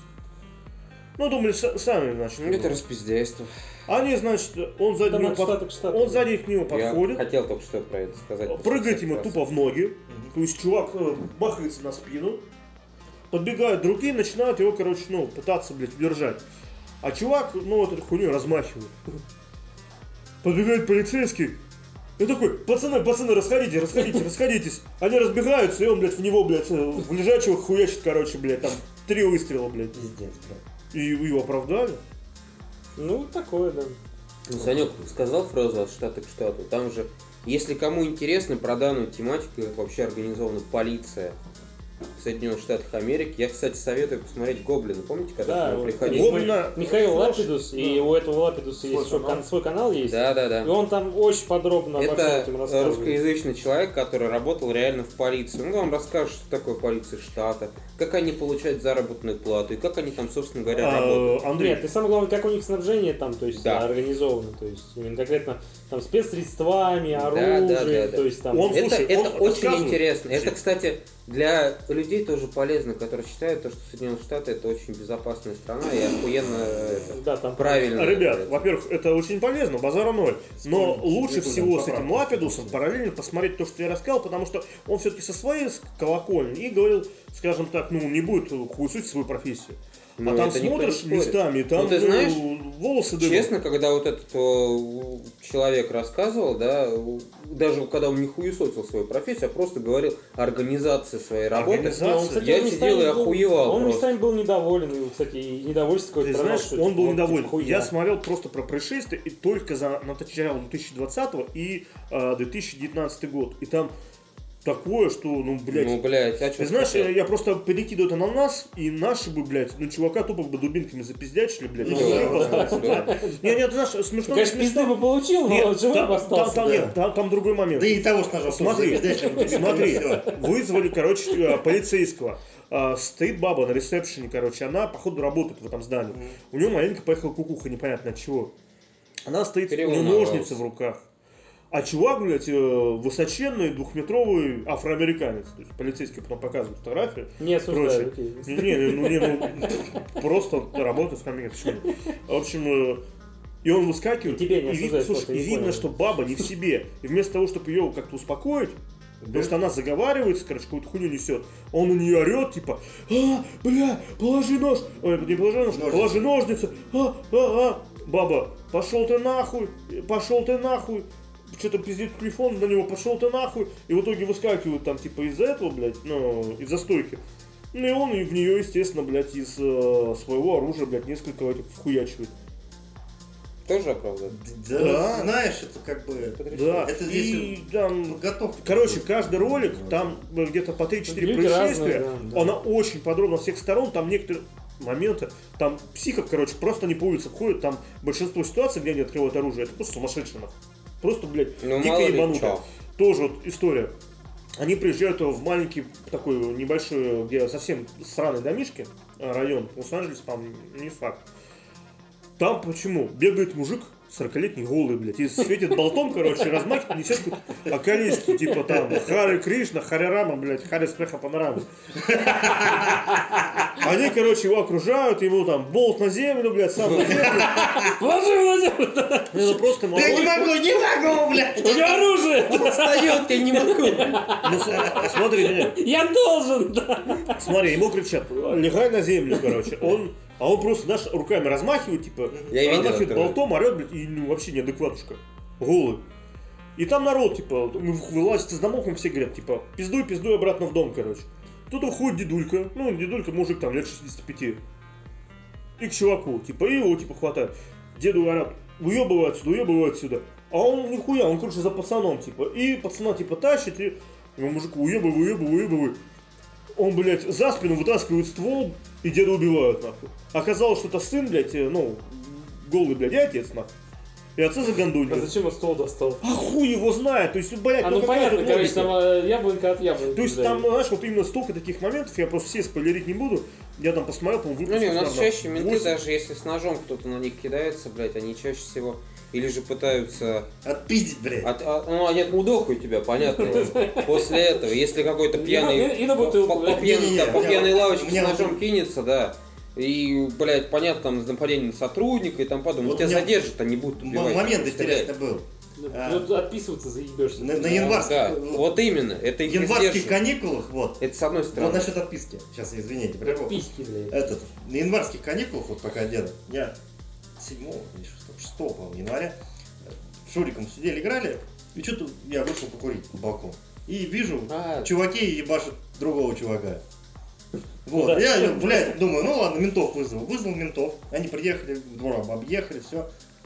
Speaker 1: Ну, думали, с- сами, значит.
Speaker 2: Ну, это распиздяйство.
Speaker 1: Они, значит, он сзади,
Speaker 3: Там
Speaker 1: него
Speaker 3: от
Speaker 1: под-
Speaker 3: штата к штату.
Speaker 1: он сзади к нему подходит,
Speaker 2: Я хотел только что про это сказать.
Speaker 1: прыгает ему тупо в ноги. То есть чувак э, бахается на спину. Подбегают другие, начинают его, короче, ну, пытаться, блядь, удержать. А чувак, ну, вот эту хуйню размахивает. Подбегает полицейский. И такой, пацаны, пацаны, расходите, расходите, расходитесь. Они разбегаются, и он, блядь, в него, блядь, в лежачего хуячит, короче, блядь, там, три выстрела, блядь.
Speaker 4: Пиздец, блядь.
Speaker 1: И его оправдали.
Speaker 3: Ну, такое, да.
Speaker 2: Ну, Санек сказал фразу от штата к штату. Там же, если кому интересно про данную тематику, как вообще организована полиция в Соединенных Штатах Америки, я, кстати, советую посмотреть «Гоблина». Помните, когда
Speaker 3: Да,
Speaker 2: к нам
Speaker 3: вот.
Speaker 2: приходил?
Speaker 1: Гоблин. Гоблина-
Speaker 3: Михаил
Speaker 1: Слушай,
Speaker 3: Лапидус, и
Speaker 1: да.
Speaker 3: у этого Лапидуса
Speaker 1: Свой
Speaker 3: есть еще
Speaker 1: канал.
Speaker 3: кан- свой канал есть.
Speaker 2: Да, да, да.
Speaker 3: И он там очень подробно обо всем
Speaker 2: Это
Speaker 3: этим рассказывает.
Speaker 2: русскоязычный человек, который работал реально в полиции. Он вам расскажет, что такое полиция штата, как они получают заработную плату и как они там, собственно говоря,
Speaker 1: А,
Speaker 2: работают.
Speaker 1: Андрей,
Speaker 3: Нет, и самое главное, как у них снабжение там, то есть,
Speaker 2: Да.
Speaker 3: организовано, то есть, именно конкретно там спецсредствами,
Speaker 2: Да,
Speaker 3: оружием,
Speaker 2: да, да, да.
Speaker 3: то есть там...
Speaker 1: Он-
Speaker 2: Это,
Speaker 1: слушай,
Speaker 2: это
Speaker 1: он
Speaker 2: очень
Speaker 1: рассказывает.
Speaker 2: интересно. Это, кстати, для людей тоже полезно, которые считают, то, что Соединенные Штаты это очень безопасная страна и охуенно это,
Speaker 3: Да, там
Speaker 2: правильно.
Speaker 1: Ребят,
Speaker 2: это.
Speaker 1: во-первых, это очень полезно, базара ноль. Но
Speaker 4: Спорим,
Speaker 1: лучше
Speaker 4: не буду,
Speaker 1: всего с
Speaker 4: поправку.
Speaker 1: этим Лапидусом параллельно посмотреть то, что я рассказал, потому что он все-таки со своей с- колокольни и говорил, скажем так, ну, не будет хуесуть свою профессию.
Speaker 2: Ну,
Speaker 1: а там
Speaker 2: это никто не
Speaker 1: смотришь
Speaker 2: спорит.
Speaker 1: местами, и там
Speaker 2: Ну, ты
Speaker 1: ну,
Speaker 2: знаешь,
Speaker 1: волосы дымом.
Speaker 2: Честно, когда вот этот о, человек рассказывал, да, о, даже когда он не хуесосил свою профессию, а просто говорил о организации своей работы,
Speaker 1: Организация.
Speaker 3: Не, он, кстати,
Speaker 2: я
Speaker 3: он
Speaker 2: сидел
Speaker 3: местами
Speaker 2: и
Speaker 3: был-
Speaker 2: охуевал
Speaker 3: Он
Speaker 2: просто.
Speaker 3: местами был недоволен, и, кстати, и недовольство
Speaker 1: Ты
Speaker 3: какое-то
Speaker 1: знаешь,
Speaker 3: проносит,
Speaker 1: он был
Speaker 3: типа,
Speaker 1: недоволен.
Speaker 3: типа, хуйня.
Speaker 1: Я смотрел просто про происшествие и только за начало две тысячи двадцатого и э, две тысячи девятнадцатый год. И там такое, что, ну, блядь,
Speaker 2: Ну, блядь, а что
Speaker 1: ты знаешь, я, я просто перекидываю это на нас, и наши бы, блядь, ну, чувака тупо бы дубинками запиздячили, блядь.
Speaker 2: Ну,
Speaker 1: ну,
Speaker 2: да,
Speaker 1: живо
Speaker 2: да,
Speaker 1: остался,
Speaker 2: да.
Speaker 1: да. Не, не, ты знаешь, смешно,
Speaker 3: Ты,
Speaker 1: не
Speaker 3: конечно, пизды
Speaker 1: смешно.
Speaker 3: бы получил, но
Speaker 1: Нет,
Speaker 3: живым
Speaker 1: там, там,
Speaker 3: остался.
Speaker 1: там,
Speaker 3: да.
Speaker 1: нет, там, там другой момент.
Speaker 4: Да и того с ножом
Speaker 1: Смотри,
Speaker 4: тоже
Speaker 1: смотри,
Speaker 4: всё.
Speaker 1: вызвали, короче, э, полицейского. А, Стоит баба на ресепшене, короче, она, походу, работает в этом здании. У нее маленько поехала кукуха, непонятно от чего. Она стоит, у нее
Speaker 2: Переволновалась.
Speaker 1: ножницы в руках. А чувак, блядь, э, высоченный, двухметровый афроамериканец. То есть полицейский потом показывает фотографию.
Speaker 3: Не осуждаю,
Speaker 1: Прочее.
Speaker 3: окей.
Speaker 1: Не, не, ну, не, ну, просто работает в камере. В общем, э, и он выскакивает,
Speaker 3: И тебя не
Speaker 1: и, видно,
Speaker 3: осуждают,
Speaker 1: слушай,
Speaker 3: просто
Speaker 1: и
Speaker 3: не
Speaker 1: видно,
Speaker 3: понял.
Speaker 1: что баба не в себе. И вместо того, чтобы ее как-то успокоить, потому что она заговаривается, короче, какую-то хуйню несет, он у нее орет, типа, а, бля, положи нож, ой, не положи нож,
Speaker 4: Ножницы.
Speaker 1: положи ножницы, а, а, а, баба, пошел ты нахуй, пошел ты нахуй, что-то пиздит телефон на него, пошел ты нахуй, и в итоге выскакивают там, типа, из-за этого, блядь, ну, из-за стойки. Ну и он и в нее, естественно, блядь, из э, своего оружия, блядь, несколько этих вхуячивает.
Speaker 2: Тоже оправдывает.
Speaker 4: Да,
Speaker 1: Да.
Speaker 4: знаешь, это как бы...
Speaker 1: Да,
Speaker 4: Это
Speaker 1: и
Speaker 4: здесь
Speaker 1: там,
Speaker 4: подготовка.
Speaker 1: короче, каждый ролик, там э, где-то по три-четыре
Speaker 3: Люди
Speaker 1: происшествия,
Speaker 3: разные, да, да.
Speaker 1: она очень подробно со всех сторон, там некоторые моменты, там психов, короче, просто они по улицам ходят, там большинство ситуаций, где они открывают оружие, это просто сумасшедшие нахуй. Просто, блядь,
Speaker 2: Ну,
Speaker 1: дико
Speaker 2: мало ли
Speaker 1: ебанутые.
Speaker 2: чё.
Speaker 1: Тоже вот история. Они приезжают в маленький такой небольшой, где совсем сраный домишки, э, район Лос-Анджелес, по-моему, не факт. Там почему? Бегает мужик сорокалетний голый, блядь, и светит болтом, короче, размахивает, несет какую-то околесицу, типа там Харе Кришна, Харе Рама, блядь, Харе Смеха Панорама. Они, короче, его окружают, ему там болт на землю, блядь, сам на землю.
Speaker 3: Положи его на землю.
Speaker 1: Это просто
Speaker 4: Да я не
Speaker 1: молодой.
Speaker 4: могу, не могу, блядь!
Speaker 3: У меня оружие.
Speaker 2: Он встает, я не могу.
Speaker 1: Ну, с- смотри, не, не.
Speaker 3: Я должен, да.
Speaker 1: Смотри, ему кричат, легай на землю, короче. Он, а он просто, знаешь, руками размахивает, типа,
Speaker 2: Я видел
Speaker 1: размахивает
Speaker 2: это.
Speaker 1: болтом, орет, блядь, и ну, вообще неадекватушка. Голый. И там народ, типа, вылазит из домов, им все говорят, типа, пиздуй, пиздуй обратно в дом, короче. Тут уходит дедулька, ну, дедулька, мужик там, лет шестидесяти пяти. И к чуваку, типа, и его, типа, хватает. Деду говорят, уебывай отсюда, уебывай отсюда. А он нихуя, он, короче, за пацаном, типа. И пацана, типа, тащит, и его мужику уебывай, уебывай, уебывай. Он, блядь, за спину вытаскивает ствол, и деда убивают, нахуй. Оказалось, что это сын, блядь, э, ну, голый, блядь, и отец, нахуй. И отца
Speaker 3: А
Speaker 1: загандулили.
Speaker 3: зачем он стол достал?
Speaker 1: А хуй его знает, то есть, блядь,
Speaker 3: А ну
Speaker 1: какая
Speaker 3: понятно,
Speaker 1: тут
Speaker 3: короче,
Speaker 1: логика?
Speaker 3: там э, яблонька от яблоньки.
Speaker 1: То есть
Speaker 3: да.
Speaker 1: там, знаешь, вот именно столько таких моментов, я просто все спойлерить не буду. Я там посмотрел, по-моему,
Speaker 2: Ну
Speaker 1: выпуск.
Speaker 2: не, у нас
Speaker 1: наверное,
Speaker 2: чаще менты,
Speaker 1: восемь.
Speaker 2: даже если с ножом кто-то на них кидается, блядь, они чаще всего или же пытаются...
Speaker 4: Отпиздить, блядь.
Speaker 2: От, от- ну, они отмудохают тебя, понятно. После этого, если какой-то
Speaker 3: И
Speaker 2: пьяный...
Speaker 3: на- и на бутылку,
Speaker 2: по,
Speaker 3: да.
Speaker 2: по пьяной,
Speaker 4: Не-не-не,
Speaker 2: да, по
Speaker 4: у меня-
Speaker 2: пьяной
Speaker 4: у
Speaker 2: лавочке с
Speaker 4: меня
Speaker 2: ножом
Speaker 4: вот-
Speaker 2: кинется, да. И, блядь, понятно, там, с нападением на сотрудника и там подобное.
Speaker 4: Вот
Speaker 2: Тебя
Speaker 4: у меня
Speaker 2: задержат, они будут
Speaker 4: М-
Speaker 2: убивать.
Speaker 4: Момент
Speaker 2: стрелять.
Speaker 4: интересный был. А.
Speaker 3: Ну, отписываться заебешься.
Speaker 4: На, на
Speaker 2: Да,
Speaker 4: январских,
Speaker 2: вот именно, это их
Speaker 4: январских
Speaker 2: издержит.
Speaker 4: каникулах, вот.
Speaker 2: Это с одной
Speaker 4: Вот
Speaker 2: стороны.
Speaker 4: насчет отписки. Сейчас, извините, прерву.
Speaker 3: Письки, блядь.
Speaker 4: Этот, на январских каникулах, вот пока деда, я седьмого или шестого, шестого, по-моему, января с Шуриком сидели, играли, и что-то я вышел покурить на балкон. И вижу,
Speaker 2: А,
Speaker 4: чуваки ебашат другого чувака. Вот,
Speaker 3: Да.
Speaker 4: я, блядь, думаю, ну ладно, ментов вызову. Вызвал ментов, они приехали, двор объехали, все.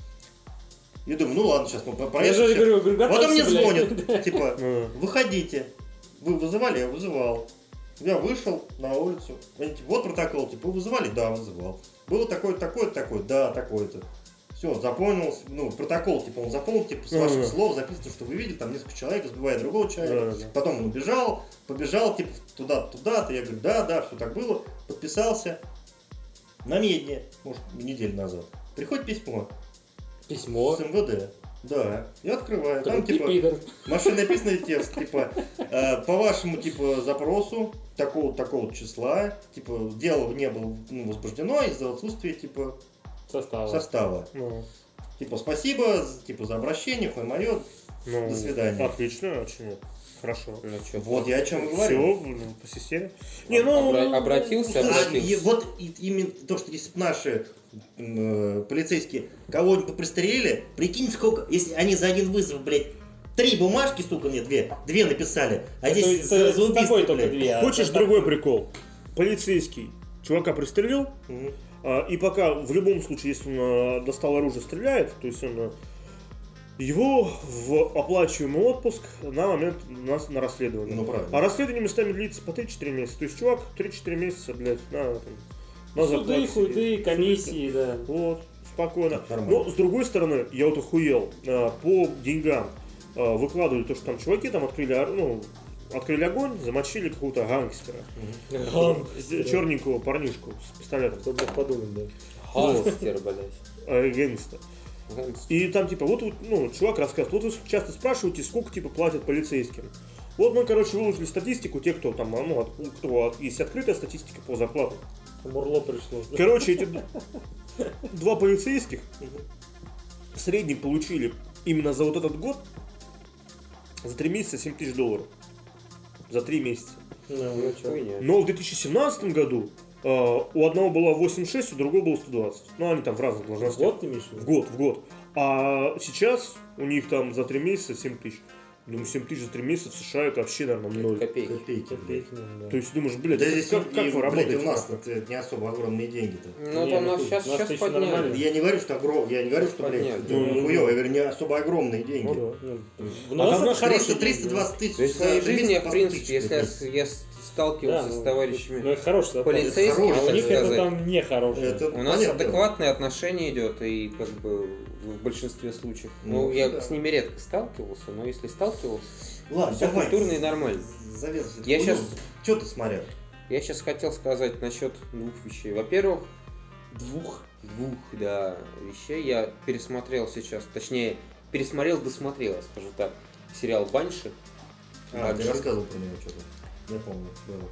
Speaker 4: И думаю, ну ладно, сейчас мы
Speaker 3: Я
Speaker 4: проедем.
Speaker 3: же говорю, говорю,
Speaker 4: Потом мне
Speaker 3: готовься, блядь.
Speaker 4: звонят, типа,
Speaker 1: Ну,
Speaker 4: выходите. Вы вызывали? Я вызывал. Я вышел на улицу. Они, типа, вот протокол, типа, вы вызывали? Да, вызывал. Было такое-то, такое-то, такое, да, такое-то. Все, запомнил, ну, протокол, типа, он запомнил, типа, с
Speaker 1: Ну,
Speaker 4: ваших
Speaker 1: да.
Speaker 4: слов записано, что вы видели, там несколько человек, сбивая другого человека.
Speaker 1: Да, да.
Speaker 4: Потом он убежал, побежал, типа, туда-то, туда-то. Я говорю, да, да, все так было. Подписался. На медне, может, неделю назад. Приходит письмо
Speaker 3: Письмо.
Speaker 4: с эм вэ дэ. Да, я открываю. Там,
Speaker 3: Ты
Speaker 4: типа,
Speaker 3: пидор.
Speaker 4: машиной написанный текст, типа, э, по вашему, типа, запросу такого такого числа, типа, дело не было, ну, возбуждено из-за отсутствия, типа,
Speaker 3: Состава.
Speaker 4: состава.
Speaker 1: ну,
Speaker 4: Типа, спасибо, з- типа, за обращение, хуй мое.
Speaker 1: ну,
Speaker 4: До свидания.
Speaker 1: Отлично, очень хорошо.
Speaker 2: ну, чё,
Speaker 4: Вот я о чем и
Speaker 1: Все,
Speaker 4: говорю.
Speaker 1: по системе. Не, ну,
Speaker 2: Обра- обратился,
Speaker 4: Слушай,
Speaker 2: обратился.
Speaker 4: и вот и- именно то, что если бы наши м, э, полицейские кого-нибудь бы пристрелили, прикинь, сколько, если они за один вызов, блядь, три бумажки, сука, нет, две, две написали, а
Speaker 3: Это-
Speaker 4: здесь
Speaker 3: это
Speaker 4: за,
Speaker 3: с
Speaker 4: за убийство,
Speaker 3: тобой только
Speaker 4: блядь.
Speaker 3: две. а
Speaker 1: Хочешь
Speaker 3: так-
Speaker 1: другой прикол? Полицейский чувака пристрелил,
Speaker 4: Мгм.
Speaker 1: а, и пока в любом случае, если он а, достал оружие, стреляет, то есть он а, его в оплачиваемый отпуск на момент на, на расследование.
Speaker 4: Ну,
Speaker 1: А
Speaker 4: правильно.
Speaker 1: расследование местами длится по три-четыре месяца. То есть чувак три-четыре месяца, блядь, на, там, на
Speaker 3: Суды,
Speaker 1: зарплате
Speaker 3: худы,
Speaker 1: сидит.
Speaker 3: комиссии, да.
Speaker 1: Вот, спокойно.
Speaker 4: Так, нормально.
Speaker 1: Но, с другой стороны, я вот охуел. а, По деньгам а, выкладывали то, что там чуваки там открыли, ор- ну, открыли огонь, замочили какого-то гангстера. Черненького парнишку с пистолетом.
Speaker 3: Кто бы подумал, да.
Speaker 2: Гангстер, блядь.
Speaker 1: э, Гангстер.
Speaker 2: Гангстер.
Speaker 1: И там типа, вот, вот, ну, чувак рассказывает, вот вы часто спрашиваете, сколько типа платят полицейским. Вот мы, короче, выложили статистику, те, кто там, ну, от- у кто от- есть открытая статистика по зарплатам.
Speaker 3: Мурло пришло.
Speaker 1: Короче, эти д- два полицейских в среднем получили именно за вот этот год за три месяца семь тысяч долларов. За три месяца.
Speaker 3: Ну, ну чё.
Speaker 2: Хуйня.
Speaker 1: Но в две тысячи семнадцатом году э, у одного было восемьдесят шесть, у другого было сто двадцать. Ну, они там в разных должностях.
Speaker 3: Вот ты, Миша?
Speaker 1: В год, в год. А сейчас у них там за три месяца семь тысяч. Думаю, семь тысяч за три месяца в США это вообще, наверное, ноль.
Speaker 2: Копейки.
Speaker 4: Копейки, блядь.
Speaker 3: Копейки, да.
Speaker 1: То есть думаешь, блядь,
Speaker 4: Да
Speaker 1: как,
Speaker 4: здесь,
Speaker 1: как, как
Speaker 4: и,
Speaker 1: вы
Speaker 4: блядь,
Speaker 1: работаете?
Speaker 4: у нас
Speaker 1: нахуй?
Speaker 4: это не особо огромные деньги-то.
Speaker 2: Ну,
Speaker 3: Не,
Speaker 2: там
Speaker 3: ну,
Speaker 2: нас
Speaker 3: хуй,
Speaker 2: сейчас,
Speaker 3: нас
Speaker 2: сейчас
Speaker 3: еще
Speaker 2: подняли.
Speaker 3: нормально.
Speaker 4: Я не говорю, что огромные, я не говорю, что, блядь,
Speaker 2: Понятно.
Speaker 4: ну,
Speaker 1: Ну,
Speaker 4: хуёво, я говорю, не особо огромные деньги.
Speaker 3: Ну, да. Ну,
Speaker 1: А
Speaker 3: у нас
Speaker 1: там
Speaker 3: это
Speaker 1: наши
Speaker 3: хорошие
Speaker 4: триста
Speaker 3: деньги,
Speaker 4: триста
Speaker 3: да.
Speaker 4: двадцать тысяч.
Speaker 2: То есть в
Speaker 4: за
Speaker 2: своей
Speaker 4: месяц
Speaker 2: жизни я, в
Speaker 4: по сто
Speaker 2: принципе,
Speaker 4: тысяч,
Speaker 2: если
Speaker 4: блядь.
Speaker 2: я, я сталкивался
Speaker 3: Да,
Speaker 2: с
Speaker 3: ну,
Speaker 2: товарищами
Speaker 3: Ну, это хорошая зарплата.
Speaker 2: полицейских,
Speaker 4: хорошая,
Speaker 3: А у них
Speaker 2: так
Speaker 3: это
Speaker 2: сказать,
Speaker 3: там нехорошее.
Speaker 4: Это
Speaker 2: у нас
Speaker 4: понятно.
Speaker 2: адекватное отношение идет, и как бы в большинстве случаев.
Speaker 4: Ну,
Speaker 2: Ну, я
Speaker 4: да.
Speaker 2: с ними редко сталкивался, но если сталкивался,
Speaker 4: Ладно,
Speaker 2: все
Speaker 4: давай.
Speaker 2: культурно и нормально.
Speaker 4: Завязывай.
Speaker 2: Я щас-
Speaker 4: Что ты смотрел?
Speaker 2: Я сейчас хотел сказать насчет двух вещей. Во-первых,
Speaker 3: Двух.
Speaker 2: двух, да, вещей я пересмотрел сейчас, точнее, пересмотрел, досмотрел, я скажу так, сериал «Банши».
Speaker 4: А, ты
Speaker 2: Банши.
Speaker 4: рассказывал про него что-то. Я помню. Было.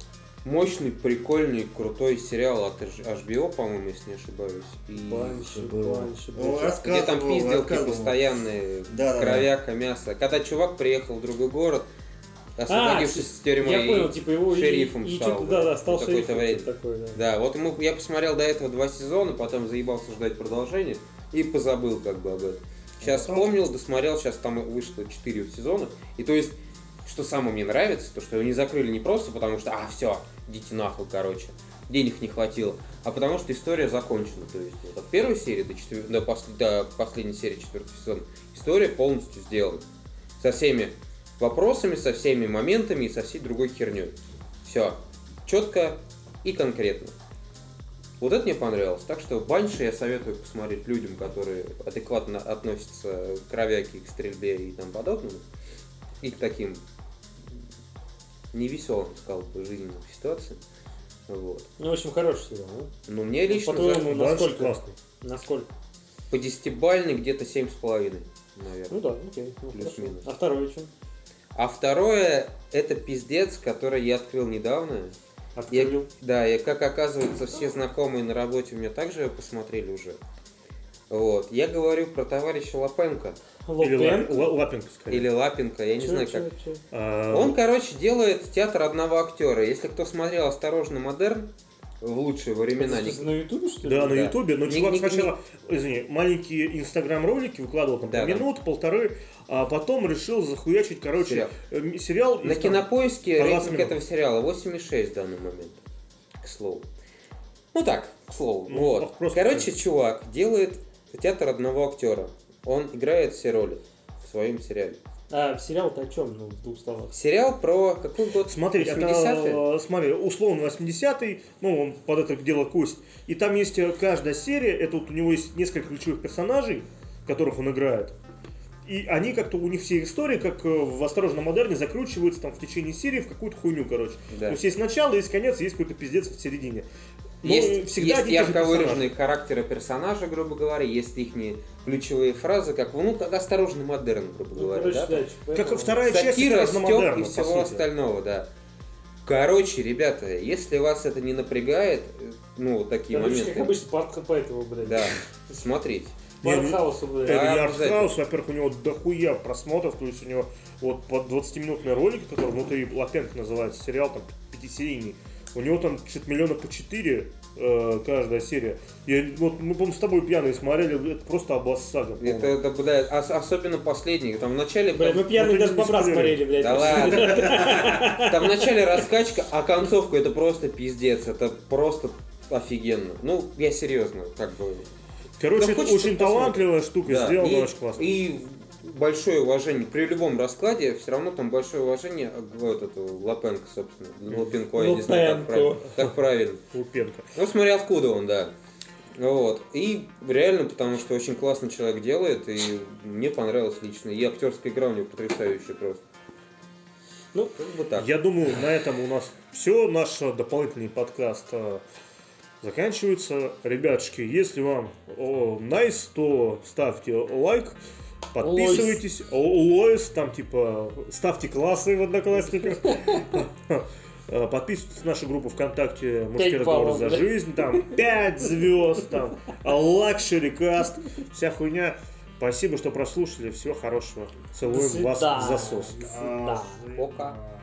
Speaker 2: мощный, прикольный, крутой сериал от эйч би о, по-моему, если не ошибаюсь. И...
Speaker 3: Банши,
Speaker 4: было.
Speaker 3: банши,
Speaker 4: Ну,
Speaker 3: банши.
Speaker 2: Где там
Speaker 4: рассказывал,
Speaker 2: пизделки
Speaker 4: рассказывал.
Speaker 2: постоянные,
Speaker 4: Да, да,
Speaker 2: кровяка, мясо. Когда чувак приехал в другой город, освободившись из тюрьмы,
Speaker 3: Я понял, типа его
Speaker 2: шерифом
Speaker 3: и, и
Speaker 2: стал,
Speaker 3: что-то, да, да, стал
Speaker 2: на какое-то
Speaker 3: шерифом.
Speaker 2: время.
Speaker 3: что-то такое, да.
Speaker 2: Да, вот ему, я посмотрел до этого два сезона, потом заебался ждать продолжения и позабыл как бы об этом. Сейчас
Speaker 4: потом-
Speaker 2: вспомнил, досмотрел, сейчас там вышло четыре сезона. И то есть, что самое мне нравится, то что его не закрыли не просто потому что, а, все, идите нахуй, короче, денег не хватило, а потому что история закончена. То есть, вот от первой серии до, четвер... до, пос... до последней серии четвертого сезона история полностью сделана. Со всеми вопросами, со всеми моментами и со всей другой херней. Все. Четко и конкретно. Вот это мне понравилось. Так что Банши я советую посмотреть людям, которые адекватно относятся к кровяке, к стрельбе и тому подобному. И к таким невеселым, сказал бы, жизненным ситуациям. Вот.
Speaker 3: Ну, в общем, хороший сериал, да?
Speaker 2: Но мне лично
Speaker 3: По-твоему,
Speaker 2: за-
Speaker 1: Банши
Speaker 3: насколько?
Speaker 1: классный.
Speaker 3: Насколько?
Speaker 2: по десятибалльной где-то семь с половиной, наверное.
Speaker 3: Ну да, окей. Ну,
Speaker 2: Плюс-минус.
Speaker 3: хорошо. А второе что?
Speaker 2: А второе, это пиздец, который я открыл недавно. Я,
Speaker 3: Открыл.
Speaker 2: да, и как оказывается, все знакомые на работе у меня также посмотрели уже. Вот. Я говорю про товарища Лапенко.
Speaker 1: Или
Speaker 3: Лопен.
Speaker 1: Ла- Ла- Лапенко, скорее.
Speaker 2: Или Лапенко, я не
Speaker 3: Чё,
Speaker 2: знаю
Speaker 3: чё,
Speaker 2: как.
Speaker 3: чё?
Speaker 1: А,
Speaker 2: Он, короче, делает театр одного актера. Если кто смотрел «Осторожно, модерн» в лучшие времена.
Speaker 3: Это
Speaker 2: не-
Speaker 3: на ютубе, что ли?
Speaker 1: Да, на
Speaker 2: Да.
Speaker 1: ютубе, но
Speaker 2: Не-
Speaker 1: чувак
Speaker 2: не-
Speaker 1: сначала, извини, маленькие инстаграм-ролики выкладывал там
Speaker 2: Да,
Speaker 1: по
Speaker 2: да.
Speaker 1: минуту, полторы, а потом решил захуячить, короче,
Speaker 2: Сериал.
Speaker 1: э, сериал.
Speaker 2: На
Speaker 1: из там-
Speaker 2: Кинопоиске
Speaker 1: по двадцать
Speaker 2: рейтинг
Speaker 1: минут.
Speaker 2: этого сериала восемь и шесть в данный момент. К слову. Ну так, к слову.
Speaker 1: Ну,
Speaker 2: вот.
Speaker 1: просто-
Speaker 2: Короче, чувак делает театр одного актера. Он играет все роли в своем сериале.
Speaker 3: А сериал-то о чем, ну, в двух словах?
Speaker 2: Сериал про какой год?
Speaker 1: Смотри,
Speaker 2: восьмидесятые?
Speaker 1: это, смотри, условно восьмидесятый, ну, он под это дело кость. И там есть э, каждая серия, это вот у него есть несколько ключевых персонажей, которых он играет. И они как-то, у них все истории, как э, в «Осторожном модерне», закручиваются там в течение серии в какую-то хуйню, короче.
Speaker 2: Да.
Speaker 1: То есть есть начало, есть конец, есть какой-то пиздец в середине. Но
Speaker 2: Есть,
Speaker 1: всегда
Speaker 2: есть
Speaker 1: одни и те же
Speaker 2: ярко выраженные
Speaker 1: персонажи.
Speaker 2: характеры персонажа, грубо говоря, есть их ключевые фразы, как ну, как осторожный модерн, грубо
Speaker 3: Ну,
Speaker 2: говоря.
Speaker 3: короче,
Speaker 2: да?
Speaker 3: да, типа
Speaker 1: Как
Speaker 3: этого.
Speaker 1: вторая часть
Speaker 2: Сатира,
Speaker 1: «Осторожно,
Speaker 2: стёб
Speaker 1: модерна»,
Speaker 2: и
Speaker 1: по
Speaker 2: всего
Speaker 1: сути.
Speaker 2: остального, да. Короче, ребята, если вас это не напрягает, э, ну, вот такие
Speaker 3: Короче,
Speaker 2: моменты,
Speaker 3: как обычно, по, по этому, блядь.
Speaker 2: да, смотрите.
Speaker 3: По
Speaker 1: Не, ну,
Speaker 3: артхаусу, блядь.
Speaker 1: Это
Speaker 2: Да,
Speaker 1: не
Speaker 2: обязательно.
Speaker 1: артхаус, во-первых, у него дохуя просмотров, то есть у него вот по двадцатиминутные ролики, которые внутри Лапенко называется, сериал там пятисерийный, у него там что-то миллиона по четыре э, каждая серия. Я, вот, мы, по-моему, с тобой пьяные смотрели, это просто обоссага. полная.
Speaker 2: Это, это, блядь, ос- особенно последний, там в начале...
Speaker 3: Блядь,
Speaker 2: там-
Speaker 3: мы пьяные
Speaker 1: Ну, ты
Speaker 3: даже
Speaker 1: не
Speaker 3: бобра
Speaker 1: спойлери.
Speaker 3: смотрели, блядь.
Speaker 2: Да ладно. Там в начале раскачка, а концовка это просто пиздец, это просто офигенно. Ну, я серьезно, как бы...
Speaker 1: Короче,
Speaker 2: Да
Speaker 1: это
Speaker 2: хочется
Speaker 1: очень
Speaker 2: посмотреть.
Speaker 1: талантливая штука,
Speaker 2: Да,
Speaker 1: сделана
Speaker 2: и,
Speaker 1: очень классно.
Speaker 2: и большое уважение, при любом раскладе, все равно там большое уважение к вот эту Лапенко, собственно. Лапенко, я не знаю, как правильно.
Speaker 3: Лапенко.
Speaker 2: Как правильно.
Speaker 1: Лупенко.
Speaker 2: Ну, смотри, откуда он, да. Вот. И реально, потому что очень классный человек делает, и мне понравилось лично. И актерская игра у него потрясающая просто.
Speaker 3: Ну,
Speaker 2: Как бы так.
Speaker 1: Я думаю, на этом у нас все. Наш э, дополнительный подкаст э, заканчивается. Ребятушки, если вам о, nice, то ставьте лайк, подписывайтесь. О, Лойс, там типа ставьте классы в Одноклассниках. Э, Подписывайтесь на нашу группу ВКонтакте «Мужские
Speaker 3: Пять
Speaker 1: разговоры
Speaker 3: баллов,
Speaker 1: за
Speaker 3: да?
Speaker 1: жизнь». Там пять звезд, там лакшери каст, вся хуйня. Спасибо, что прослушали. Всего хорошего. Целуем вас в
Speaker 3: свидания.
Speaker 1: засос.
Speaker 3: До свидания.
Speaker 2: Пока.